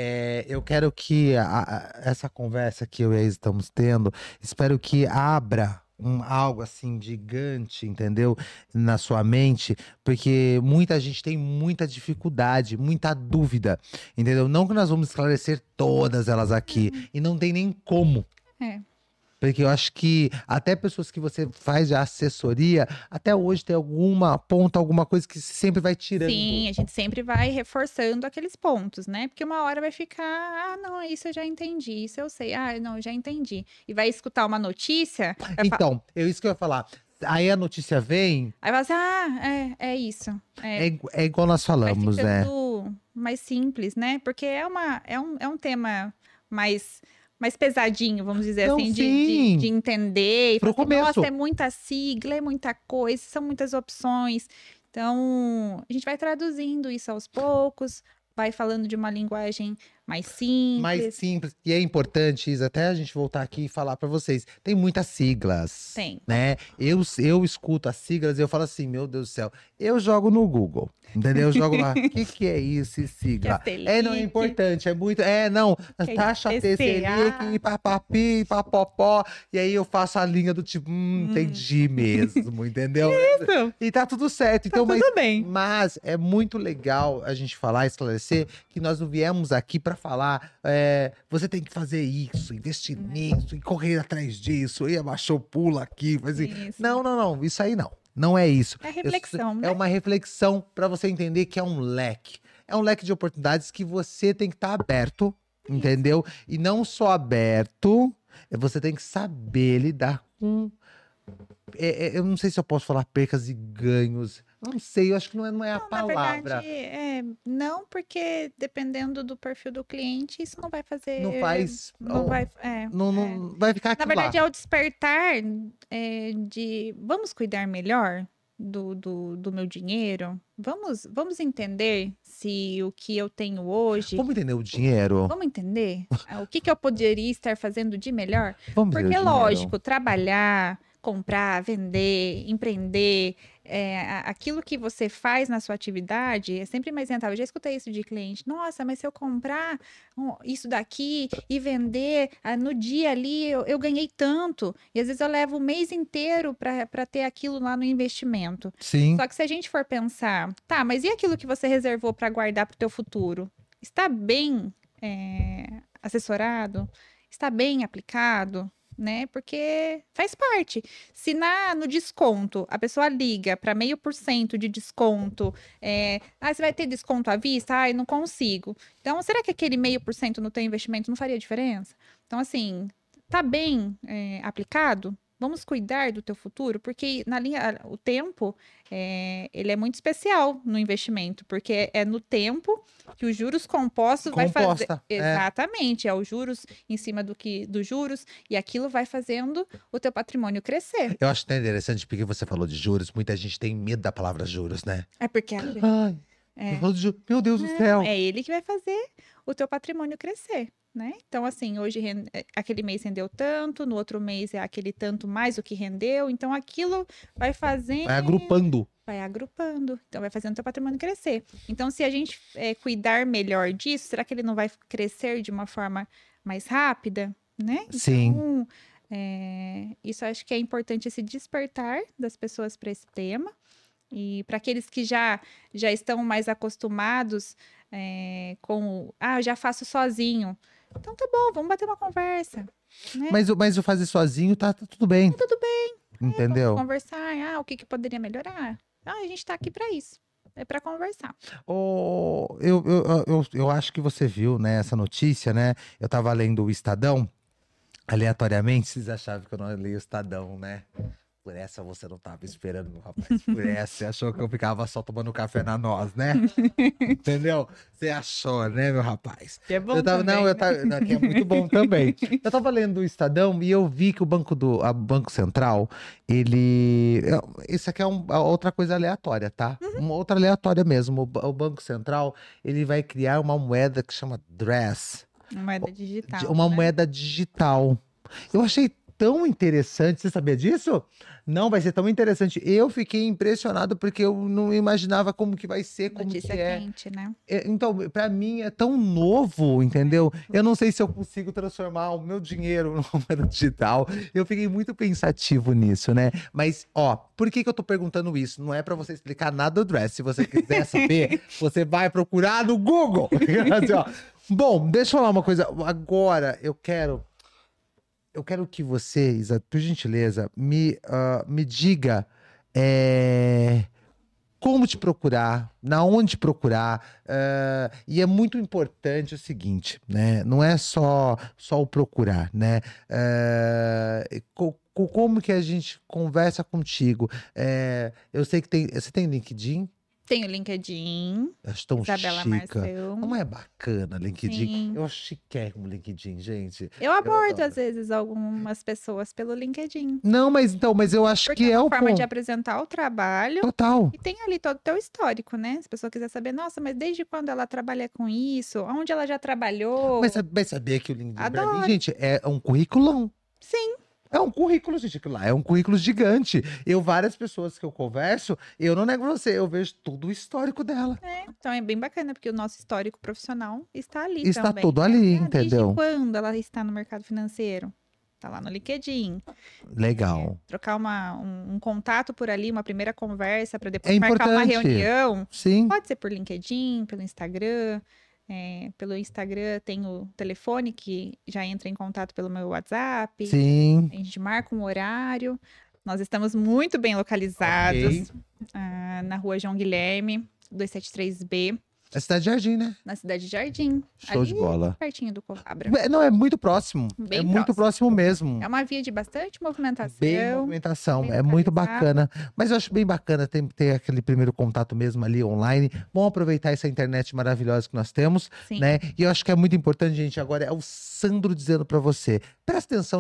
[SPEAKER 1] eu quero que essa conversa que eu e a Isa estamos tendo, espero que abra algo assim gigante, entendeu? Na sua mente, porque muita gente tem muita dificuldade, muita dúvida, entendeu? Não que nós vamos esclarecer todas elas aqui, e não tem nem como.
[SPEAKER 3] É.
[SPEAKER 1] Porque eu acho que até pessoas que você faz de assessoria, até hoje tem alguma ponta, alguma coisa que sempre vai tirando.
[SPEAKER 3] Sim, a gente sempre vai reforçando aqueles pontos, né? Porque uma hora vai ficar, ah, não, isso eu já entendi, isso eu sei, ah, não, eu já entendi. E vai escutar uma notícia,
[SPEAKER 1] Então, isso que eu ia falar. Aí a notícia vem,
[SPEAKER 3] aí vai assim, ah, é isso.
[SPEAKER 1] é igual nós
[SPEAKER 3] Vai
[SPEAKER 1] falamos, né?
[SPEAKER 3] ficando mais simples, né? Porque é um tema mais pesadinho, vamos dizer
[SPEAKER 1] Não,
[SPEAKER 3] assim,
[SPEAKER 1] sim.
[SPEAKER 3] de entender. E
[SPEAKER 1] Pro
[SPEAKER 3] falar assim,
[SPEAKER 1] começo.
[SPEAKER 3] nossa, é muita sigla, é muita coisa, são muitas opções. Então, a gente vai traduzindo isso aos poucos, vai falando de uma linguagem mais simples.
[SPEAKER 1] Mais simples. E é importante, Isa, até a gente voltar aqui e falar pra vocês. Tem muitas siglas.
[SPEAKER 3] Tem.
[SPEAKER 1] Né? Eu escuto as siglas e eu falo assim, meu Deus do céu. Eu jogo no Google, entendeu? Eu jogo lá, o que é isso, esse sigla? Não é importante, é muito... não, taxa TCLIC, papapi, papopó. E aí eu faço a linha do tipo, entendi mesmo, entendeu?
[SPEAKER 3] Isso.
[SPEAKER 1] E tá tudo certo. Então,
[SPEAKER 3] tudo bem.
[SPEAKER 1] Mas é muito legal a gente falar, esclarecer, que nós não viemos aqui pra falar, você tem que fazer isso, investir nisso, e correr atrás disso, e abaixou, pula aqui, faz isso. Não, isso aí não. Não é isso.
[SPEAKER 3] É reflexão, né?
[SPEAKER 1] É uma reflexão pra você entender que é um leque. É um leque de oportunidades que você tem que estar aberto, entendeu? E não só aberto, você tem que saber lidar com... eu não sei se eu posso falar percas e ganhos. Eu não sei, eu acho que não é a palavra.
[SPEAKER 3] Na verdade, não, porque dependendo do perfil do cliente, isso não vai fazer.
[SPEAKER 1] Não faz.
[SPEAKER 3] Não vai.
[SPEAKER 1] Não vai ficar aqui.
[SPEAKER 3] Na verdade, é o despertar de vamos cuidar melhor do meu dinheiro. Vamos entender se o que eu tenho hoje.
[SPEAKER 1] Vamos entender o dinheiro?
[SPEAKER 3] Vamos entender o que eu poderia estar fazendo de melhor?
[SPEAKER 1] Vamos
[SPEAKER 3] Porque, lógico, trabalhar, comprar, vender, empreender, aquilo que você faz na sua atividade é sempre mais rentável. Eu já escutei isso de cliente. Nossa, mas se eu comprar isso daqui e vender no dia ali, eu ganhei tanto. E às vezes eu levo o mês inteiro para ter aquilo lá no investimento.
[SPEAKER 1] Sim.
[SPEAKER 3] Só que se a gente for pensar, tá, mas e aquilo que você reservou para guardar para o teu futuro? Está bem assessorado? Está bem aplicado? Né? Porque faz parte. Se no desconto a pessoa liga para 0,5% de desconto, você vai ter desconto à vista? Ai, não consigo. Então, será que aquele 0,5% no teu investimento não faria diferença? Então, assim, tá bem aplicado? Vamos cuidar do teu futuro, porque o tempo ele é muito especial no investimento, porque é no tempo que os juros compostos vai fazer. Exatamente, é os juros em cima dos juros, e aquilo vai fazendo o teu patrimônio crescer.
[SPEAKER 1] Eu acho até interessante porque você falou de juros, muita gente tem medo da palavra juros, né?
[SPEAKER 3] É porque
[SPEAKER 1] meu Deus do céu.
[SPEAKER 3] É ele que vai fazer o teu patrimônio crescer. Né? Então, assim, hoje aquele mês rendeu tanto, no outro mês é aquele tanto mais o que rendeu. Então, aquilo vai fazendo...
[SPEAKER 1] Vai agrupando.
[SPEAKER 3] Vai agrupando. Então, vai fazendo o teu patrimônio crescer. Então, se a gente cuidar melhor disso, será que ele não vai crescer de uma forma mais rápida? Né?
[SPEAKER 1] Sim.
[SPEAKER 3] Então, isso acho que é importante, esse despertar das pessoas para esse tema. E para aqueles que já estão mais acostumados com... eu já faço sozinho. Então tá bom, vamos bater uma conversa. Né?
[SPEAKER 1] Mas o fazer sozinho tá tudo bem.
[SPEAKER 3] Tá tudo bem.
[SPEAKER 1] Entendeu?
[SPEAKER 3] Vamos conversar. O que poderia melhorar? A gente tá aqui para isso. É para conversar.
[SPEAKER 1] Eu acho que você viu, né, essa notícia, né? Eu tava lendo o Estadão, aleatoriamente, vocês achavam que eu não li o Estadão, né? Por essa você não tava esperando, meu rapaz. Por essa você achou que eu ficava só tomando café na noz, né? Entendeu? Você achou, né, meu rapaz?
[SPEAKER 3] Que é bom também,
[SPEAKER 1] que é muito bom também. Eu tava lendo o Estadão e eu vi que o Banco Central, isso aqui é outra coisa aleatória, tá? Uma outra aleatória mesmo. O Banco Central, ele vai criar uma moeda que chama DRESS.
[SPEAKER 3] Moeda digital.
[SPEAKER 1] Uma
[SPEAKER 3] né?
[SPEAKER 1] moeda digital. Eu achei tão interessante, você sabia disso? Não vai ser tão interessante. Eu fiquei impressionado porque eu não imaginava como que vai ser, como
[SPEAKER 3] Notícia
[SPEAKER 1] que é.
[SPEAKER 3] quente, né?
[SPEAKER 1] Então, pra mim é tão novo, entendeu? Eu não sei se eu consigo transformar o meu dinheiro numa moeda digital. Eu fiquei muito pensativo nisso, né? Mas, ó, por que que eu tô perguntando isso? Não é pra você explicar nada do Dress. Se você quiser saber, você vai procurar no Google. Assim, ó. Bom, deixa eu falar uma coisa. Agora eu quero que você, Isa, por gentileza, me diga como te procurar, na onde procurar. E é muito importante o seguinte, né? Não é só o procurar, né? Como que a gente conversa contigo? Eu sei que você tem LinkedIn?
[SPEAKER 3] Tem o LinkedIn,
[SPEAKER 1] Acho tão
[SPEAKER 3] Isabela
[SPEAKER 1] chica.
[SPEAKER 3] Marção.
[SPEAKER 1] Como é bacana LinkedIn.
[SPEAKER 3] Sim.
[SPEAKER 1] Eu acho chiquérrimo LinkedIn, gente.
[SPEAKER 3] Eu abordo,
[SPEAKER 1] adoro.
[SPEAKER 3] às vezes, algumas pessoas pelo LinkedIn.
[SPEAKER 1] Não, mas eu acho
[SPEAKER 3] Porque
[SPEAKER 1] que
[SPEAKER 3] é
[SPEAKER 1] é
[SPEAKER 3] uma
[SPEAKER 1] o
[SPEAKER 3] forma de
[SPEAKER 1] ponto.
[SPEAKER 3] apresentar o trabalho
[SPEAKER 1] Total.
[SPEAKER 3] e tem ali todo o teu histórico, né? Se a pessoa quiser saber, nossa, mas desde quando ela trabalha com isso? Onde ela já trabalhou?
[SPEAKER 1] Mas sabia que o LinkedIn, pra mim,
[SPEAKER 3] Adoro.
[SPEAKER 1] gente, é um currículão.
[SPEAKER 3] Sim,
[SPEAKER 1] É um currículo, gente, aquilo lá é um currículo gigante. Várias pessoas que eu converso, eu não nego você, eu vejo todo o histórico dela.
[SPEAKER 3] então é bem bacana, porque o nosso histórico profissional está ali
[SPEAKER 1] Está
[SPEAKER 3] também.
[SPEAKER 1] todo
[SPEAKER 3] né?
[SPEAKER 1] ali,
[SPEAKER 3] Desde
[SPEAKER 1] entendeu?
[SPEAKER 3] quando ela está no mercado financeiro? Tá lá no LinkedIn.
[SPEAKER 1] Legal.
[SPEAKER 3] Trocar um contato por ali, uma primeira conversa, para
[SPEAKER 1] É
[SPEAKER 3] depois marcar uma
[SPEAKER 1] importante.
[SPEAKER 3] reunião.
[SPEAKER 1] Sim,
[SPEAKER 3] Pode ser por LinkedIn, pelo Instagram. Pelo Instagram tem o telefone que já entra em contato pelo meu WhatsApp.
[SPEAKER 1] sim.
[SPEAKER 3] A gente marca um horário. Nós estamos muito bem localizados na rua João Guilherme, 273B,
[SPEAKER 1] É Cidade de Jardim, né?
[SPEAKER 3] na cidade de Jardim.
[SPEAKER 1] Show
[SPEAKER 3] ali
[SPEAKER 1] de bola.
[SPEAKER 3] pertinho do Coabra.
[SPEAKER 1] Não, é muito próximo.
[SPEAKER 3] Bem
[SPEAKER 1] É muito próximo mesmo.
[SPEAKER 3] É uma via de bastante movimentação.
[SPEAKER 1] Bem movimentação,
[SPEAKER 3] bem
[SPEAKER 1] é muito
[SPEAKER 3] localizado.
[SPEAKER 1] bacana. Mas eu acho bem bacana ter aquele primeiro contato mesmo ali online. Vamos aproveitar essa internet maravilhosa que nós temos,
[SPEAKER 3] Sim.
[SPEAKER 1] né? E eu acho que é muito importante, gente. Agora é o Sandro dizendo pra você. Presta atenção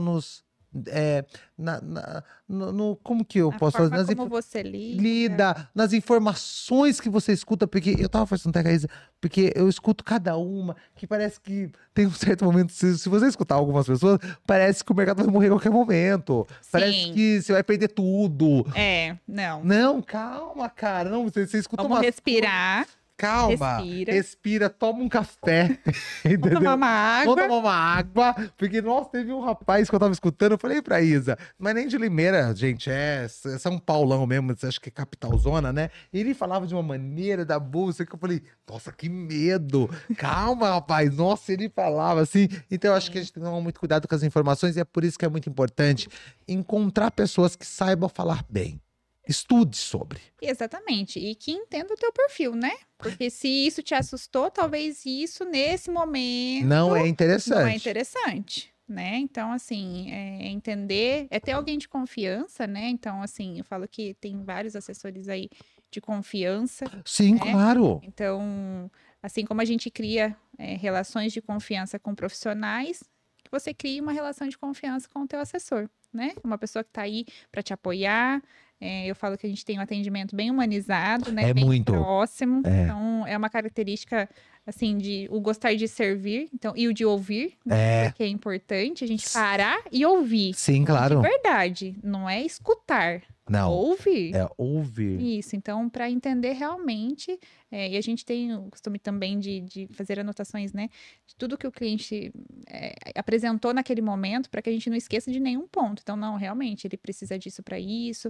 [SPEAKER 1] como que eu
[SPEAKER 3] A
[SPEAKER 1] posso
[SPEAKER 3] forma
[SPEAKER 1] fazer?
[SPEAKER 3] como você lida.
[SPEAKER 1] Lida, nas informações que você escuta, porque eu tava fazendo até Isa, porque eu escuto cada uma, que parece que tem um certo momento, se você escutar algumas pessoas, parece que o mercado vai morrer a qualquer momento. Parece
[SPEAKER 3] Sim.
[SPEAKER 1] que você vai perder tudo.
[SPEAKER 3] Não.
[SPEAKER 1] Não, calma, cara. Não, você escuta
[SPEAKER 3] Vamos
[SPEAKER 1] uma
[SPEAKER 3] respirar,
[SPEAKER 1] calma, respira, toma um café,
[SPEAKER 3] vamos
[SPEAKER 1] entendeu?
[SPEAKER 3] tomar uma
[SPEAKER 1] Vamos
[SPEAKER 3] água.
[SPEAKER 1] tomar uma água, porque, nossa, teve um rapaz que eu tava escutando, eu falei pra Isa, mas nem de Limeira, gente, é São Paulão mesmo, você acha que é capital zona, né? E ele falava de uma maneira da bolsa que eu falei, nossa, que medo, calma, rapaz, nossa, ele falava assim. Então eu acho que a gente tem que tomar muito cuidado com as informações e é por isso que é muito importante encontrar pessoas que saibam falar bem. Estude sobre.
[SPEAKER 3] Exatamente. E que entenda o teu perfil, né? Porque se isso te assustou, talvez isso, nesse momento,
[SPEAKER 1] Não é interessante.
[SPEAKER 3] não é interessante, né? Então, assim, entender, é ter alguém de confiança, né? Então, assim, eu falo que tem vários assessores aí de confiança.
[SPEAKER 1] Sim,
[SPEAKER 3] né?
[SPEAKER 1] claro.
[SPEAKER 3] Então, assim como a gente cria relações de confiança com profissionais, que você crie uma relação de confiança com o teu assessor, né? Uma pessoa que está aí para te apoiar. Eu falo que a gente tem um atendimento bem humanizado, né?
[SPEAKER 1] É
[SPEAKER 3] Bem
[SPEAKER 1] muito.
[SPEAKER 3] próximo.
[SPEAKER 1] É.
[SPEAKER 3] Então, é uma característica, assim, de o gostar de servir, então, e o de ouvir, né? Porque é importante a gente parar e ouvir.
[SPEAKER 1] Sim, claro.
[SPEAKER 3] De verdade, não é escutar.
[SPEAKER 1] Não.
[SPEAKER 3] Ouvir.
[SPEAKER 1] É ouvir.
[SPEAKER 3] Isso, então, para entender realmente, e a gente tem o costume também de fazer anotações, né, de tudo que o cliente apresentou naquele momento, para que a gente não esqueça de nenhum ponto. Então, não, realmente, ele precisa disso para isso,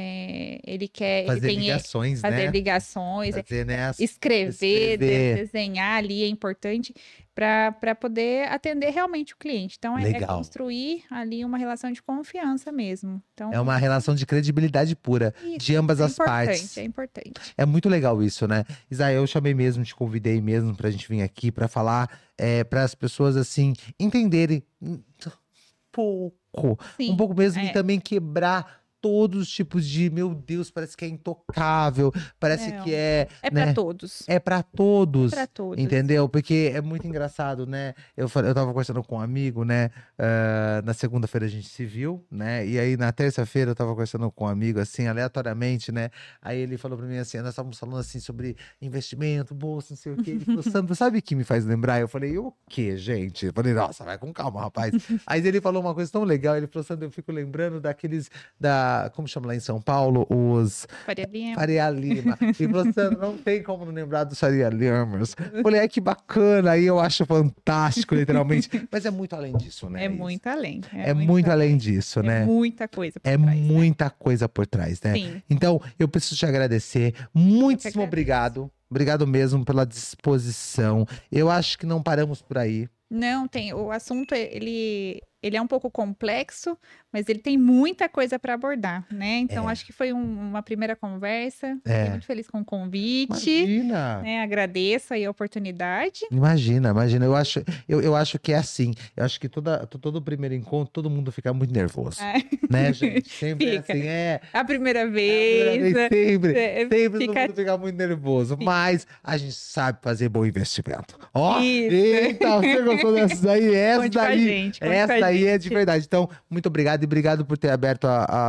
[SPEAKER 3] ele quer,
[SPEAKER 1] Fazer
[SPEAKER 3] ele tem
[SPEAKER 1] ligações,
[SPEAKER 3] fazer
[SPEAKER 1] né?
[SPEAKER 3] ligações,
[SPEAKER 1] Fazer, né?
[SPEAKER 3] escrever,
[SPEAKER 1] Escrever.
[SPEAKER 3] desenhar ali é importante para poder atender realmente o cliente. Então, é
[SPEAKER 1] Legal.
[SPEAKER 3] construir ali uma relação de confiança mesmo. Então,
[SPEAKER 1] É uma relação de credibilidade pura,
[SPEAKER 3] isso,
[SPEAKER 1] de ambas
[SPEAKER 3] é
[SPEAKER 1] as
[SPEAKER 3] importante,
[SPEAKER 1] partes.
[SPEAKER 3] É importante.
[SPEAKER 1] É muito legal isso, né? Isa, eu chamei mesmo, te convidei mesmo pra gente vir aqui pra falar, para as pessoas, assim, entenderem pouco,
[SPEAKER 3] Sim,
[SPEAKER 1] um pouco mesmo, e também quebrar todos os tipos de, meu Deus, parece que é intocável, parece
[SPEAKER 3] Não,
[SPEAKER 1] que é,
[SPEAKER 3] é
[SPEAKER 1] né?
[SPEAKER 3] pra todos.
[SPEAKER 1] É pra todos,
[SPEAKER 3] Pra todos.
[SPEAKER 1] entendeu? Porque é muito engraçado, né? Eu tava conversando com um amigo, né? Na segunda-feira a gente se viu, né? E aí na terça-feira eu tava conversando com um amigo, assim, aleatoriamente, né? Aí ele falou pra mim assim, nós estávamos falando assim sobre investimento, bolsa, não sei o quê. Ele falou, Sandro, sabe o que me faz lembrar? Eu falei, o quê, gente? Eu falei, nossa, vai com calma, rapaz. Aí ele falou uma coisa tão legal, ele falou, Sandro, eu fico lembrando daqueles, como chama lá em São Paulo? Os
[SPEAKER 3] Faria Lima.
[SPEAKER 1] Faria Lima. E falou, Sandro, não tem como não lembrar dos Faria Limers. Falei, ai, que bacana, aí eu acho fantástico, literalmente. Mas é muito além disso, né?
[SPEAKER 3] É
[SPEAKER 1] isso?
[SPEAKER 3] muito além.
[SPEAKER 1] É muito além disso, né?
[SPEAKER 3] É muita coisa por
[SPEAKER 1] É
[SPEAKER 3] trás, né?
[SPEAKER 1] muita coisa por trás, né?
[SPEAKER 3] Sim.
[SPEAKER 1] Então, eu preciso te agradecer. Muitíssimo
[SPEAKER 3] agradeço.
[SPEAKER 1] obrigado. Obrigado mesmo pela disposição. Eu acho que não paramos por aí.
[SPEAKER 3] Não, tem. O assunto, ele é um pouco complexo, mas ele tem muita coisa para abordar, né? Então, acho que foi uma primeira conversa. Fiquei muito feliz com o convite.
[SPEAKER 1] Imagina!
[SPEAKER 3] Né? Agradeço aí a oportunidade.
[SPEAKER 1] Imagina. Eu acho que é assim. Eu acho que todo primeiro encontro, todo mundo fica muito nervoso. Né, gente? Sempre
[SPEAKER 3] Fica.
[SPEAKER 1] assim,
[SPEAKER 3] A primeira
[SPEAKER 1] É a
[SPEAKER 3] vez.
[SPEAKER 1] primeira vez, sempre todo
[SPEAKER 3] fica-
[SPEAKER 1] mundo fica muito nervoso, mas a gente sabe fazer bom investimento. Ó,
[SPEAKER 3] Isso.
[SPEAKER 1] eita, você gostou dessa daí? Essa
[SPEAKER 3] Conte com a
[SPEAKER 1] daí,
[SPEAKER 3] gente, conte
[SPEAKER 1] essa
[SPEAKER 3] com a
[SPEAKER 1] daí é
[SPEAKER 3] gente.
[SPEAKER 1] de verdade. Então, muito obrigado e obrigado por ter aberto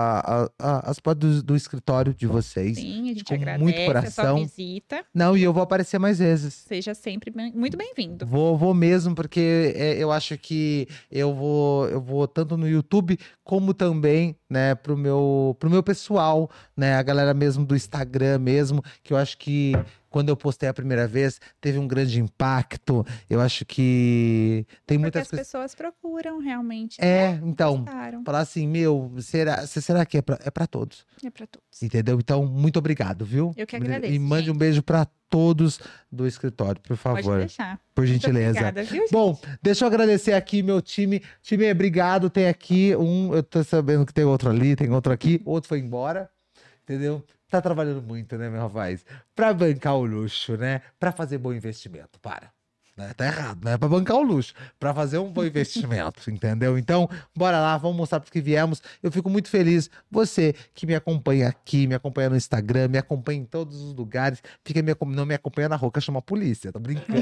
[SPEAKER 1] as portas do escritório de vocês.
[SPEAKER 3] Sim, a gente
[SPEAKER 1] Com
[SPEAKER 3] agradece
[SPEAKER 1] muito
[SPEAKER 3] a
[SPEAKER 1] coração.
[SPEAKER 3] sua visita.
[SPEAKER 1] Não, e eu vou aparecer mais vezes.
[SPEAKER 3] Seja sempre muito bem-vindo.
[SPEAKER 1] Vou mesmo, porque eu acho que eu vou tanto no YouTube como também, né, pro meu pessoal, né, a galera mesmo do Instagram mesmo, que eu acho que quando eu postei a primeira vez, teve um grande impacto. Eu acho que tem
[SPEAKER 3] Porque
[SPEAKER 1] muitas
[SPEAKER 3] as
[SPEAKER 1] coisas.
[SPEAKER 3] pessoas procuram realmente. né?
[SPEAKER 1] Então,
[SPEAKER 3] Gostaram.
[SPEAKER 1] falar assim, meu, será que é pra todos?
[SPEAKER 3] É pra todos.
[SPEAKER 1] Entendeu? Então, muito obrigado, viu?
[SPEAKER 3] Eu que agradeço,
[SPEAKER 1] E mande um
[SPEAKER 3] gente.
[SPEAKER 1] beijo pra todos do escritório, por
[SPEAKER 3] Pode
[SPEAKER 1] favor.
[SPEAKER 3] deixar.
[SPEAKER 1] Por
[SPEAKER 3] Muito
[SPEAKER 1] gentileza.
[SPEAKER 3] obrigada, viu, gente?
[SPEAKER 1] Bom, deixa eu agradecer aqui meu time. Time, obrigado. Tem aqui eu tô sabendo que tem outro ali, tem outro aqui, outro foi embora, entendeu? Tá trabalhando muito, né, meu rapaz? Pra bancar o luxo, né? Pra fazer bom investimento, né? Tá errado, não é pra bancar o luxo, pra fazer um bom investimento, entendeu? Então, bora lá, vamos mostrar porque viemos. Eu fico muito feliz. Você que me acompanha aqui, me acompanha no Instagram, me acompanha em todos os lugares, não me acompanha na rua, que chama a polícia, tô brincando.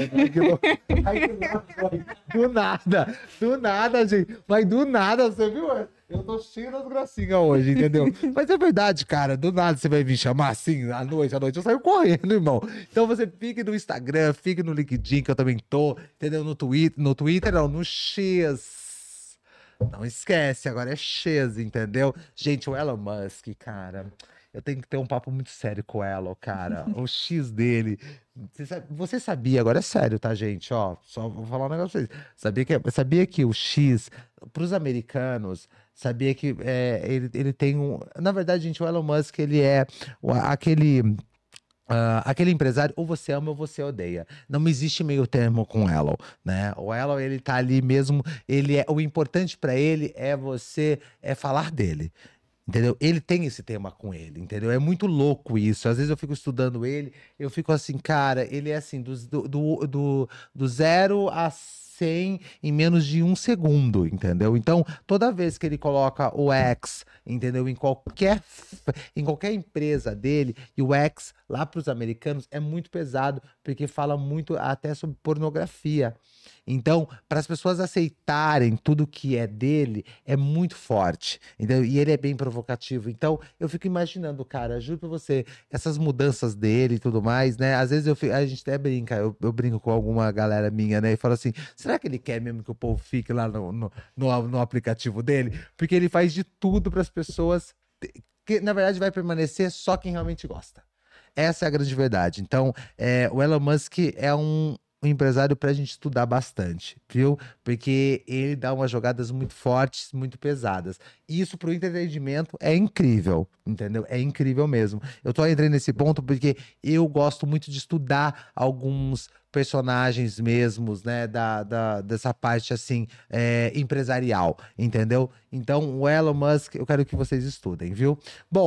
[SPEAKER 1] Ai, que louco. Do nada, gente. Mas do nada, você viu? Eu tô cheio das gracinhas hoje, entendeu? Mas é verdade, cara. Do nada você vai me chamar assim, à noite. Eu saio correndo, irmão. Então você fique no Instagram, fique no LinkedIn, que eu também tô, entendeu? No Twitter não, no X. Não esquece, agora é X, entendeu? Gente, o Elon Musk, cara, eu tenho que ter um papo muito sério com o Elon, cara. O X dele. Você sabia, agora é sério, tá, gente? Ó, só vou falar um negócio pra vocês. Sabia que o X, pros americanos, sabia que ele tem um. Na verdade, gente, o Elon Musk, ele é aquele empresário, ou você ama ou você odeia. Não existe meio termo com o Elon, né? O Elon, ele tá ali mesmo, o importante pra ele é falar dele. Entendeu? Ele tem esse tema com ele, entendeu? É muito louco isso. Às vezes eu fico estudando ele, eu fico assim, cara, ele é assim, do 0 a 100 em menos de 1 segundo, entendeu? Então, toda vez que ele coloca o X, entendeu? Em qualquer empresa dele, e o X lá para os americanos é muito pesado, porque fala muito até sobre pornografia. Então, para as pessoas aceitarem tudo que é dele, é muito forte, entendeu? E ele é bem provocativo. Então, eu fico imaginando, cara, juro pra você, essas mudanças dele e tudo mais, né? Às vezes a gente até brinca, eu brinco com alguma galera minha, né? E falo assim, será que ele quer mesmo que o povo fique lá no aplicativo dele? Porque ele faz de tudo para as pessoas, que na verdade vai permanecer só quem realmente gosta. Essa é a grande verdade. Então, o Elon Musk é um empresário pra gente estudar bastante, viu? Porque ele dá umas jogadas muito fortes, muito pesadas. E isso pro entretenimento é incrível, entendeu? É incrível mesmo. Eu tô entrando nesse ponto porque eu gosto muito de estudar alguns personagens mesmos, né, dessa parte, assim, empresarial, entendeu? Então, o Elon Musk, eu quero que vocês estudem, viu? Bom,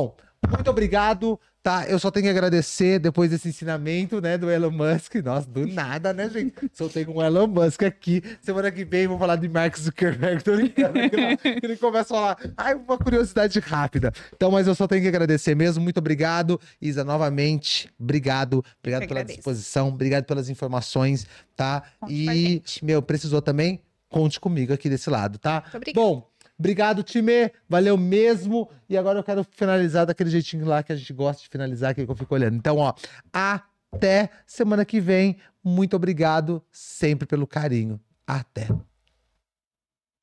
[SPEAKER 1] Muito obrigado, tá? Eu só tenho que agradecer depois desse ensinamento, né, do Elon Musk. Nossa, do nada, né, gente? Soltei com o Elon Musk aqui. Semana que vem vou falar de Mark Zuckerberg. Tô brincando. Ele começa a falar, uma curiosidade rápida. Então, mas eu só tenho que agradecer mesmo. Muito obrigado, Isa, novamente. Obrigado pela
[SPEAKER 3] agradeço.
[SPEAKER 1] disposição. Obrigado pelas informações, tá?
[SPEAKER 3] Conte com a
[SPEAKER 1] E,
[SPEAKER 3] gente.
[SPEAKER 1] precisou também? Conte comigo aqui desse lado, tá?
[SPEAKER 3] Muito obrigada.
[SPEAKER 1] Bom, obrigado, time. Valeu mesmo. E agora eu quero finalizar daquele jeitinho lá que a gente gosta de finalizar, que eu fico olhando. Então, ó, até semana que vem. Muito obrigado sempre pelo carinho. Até.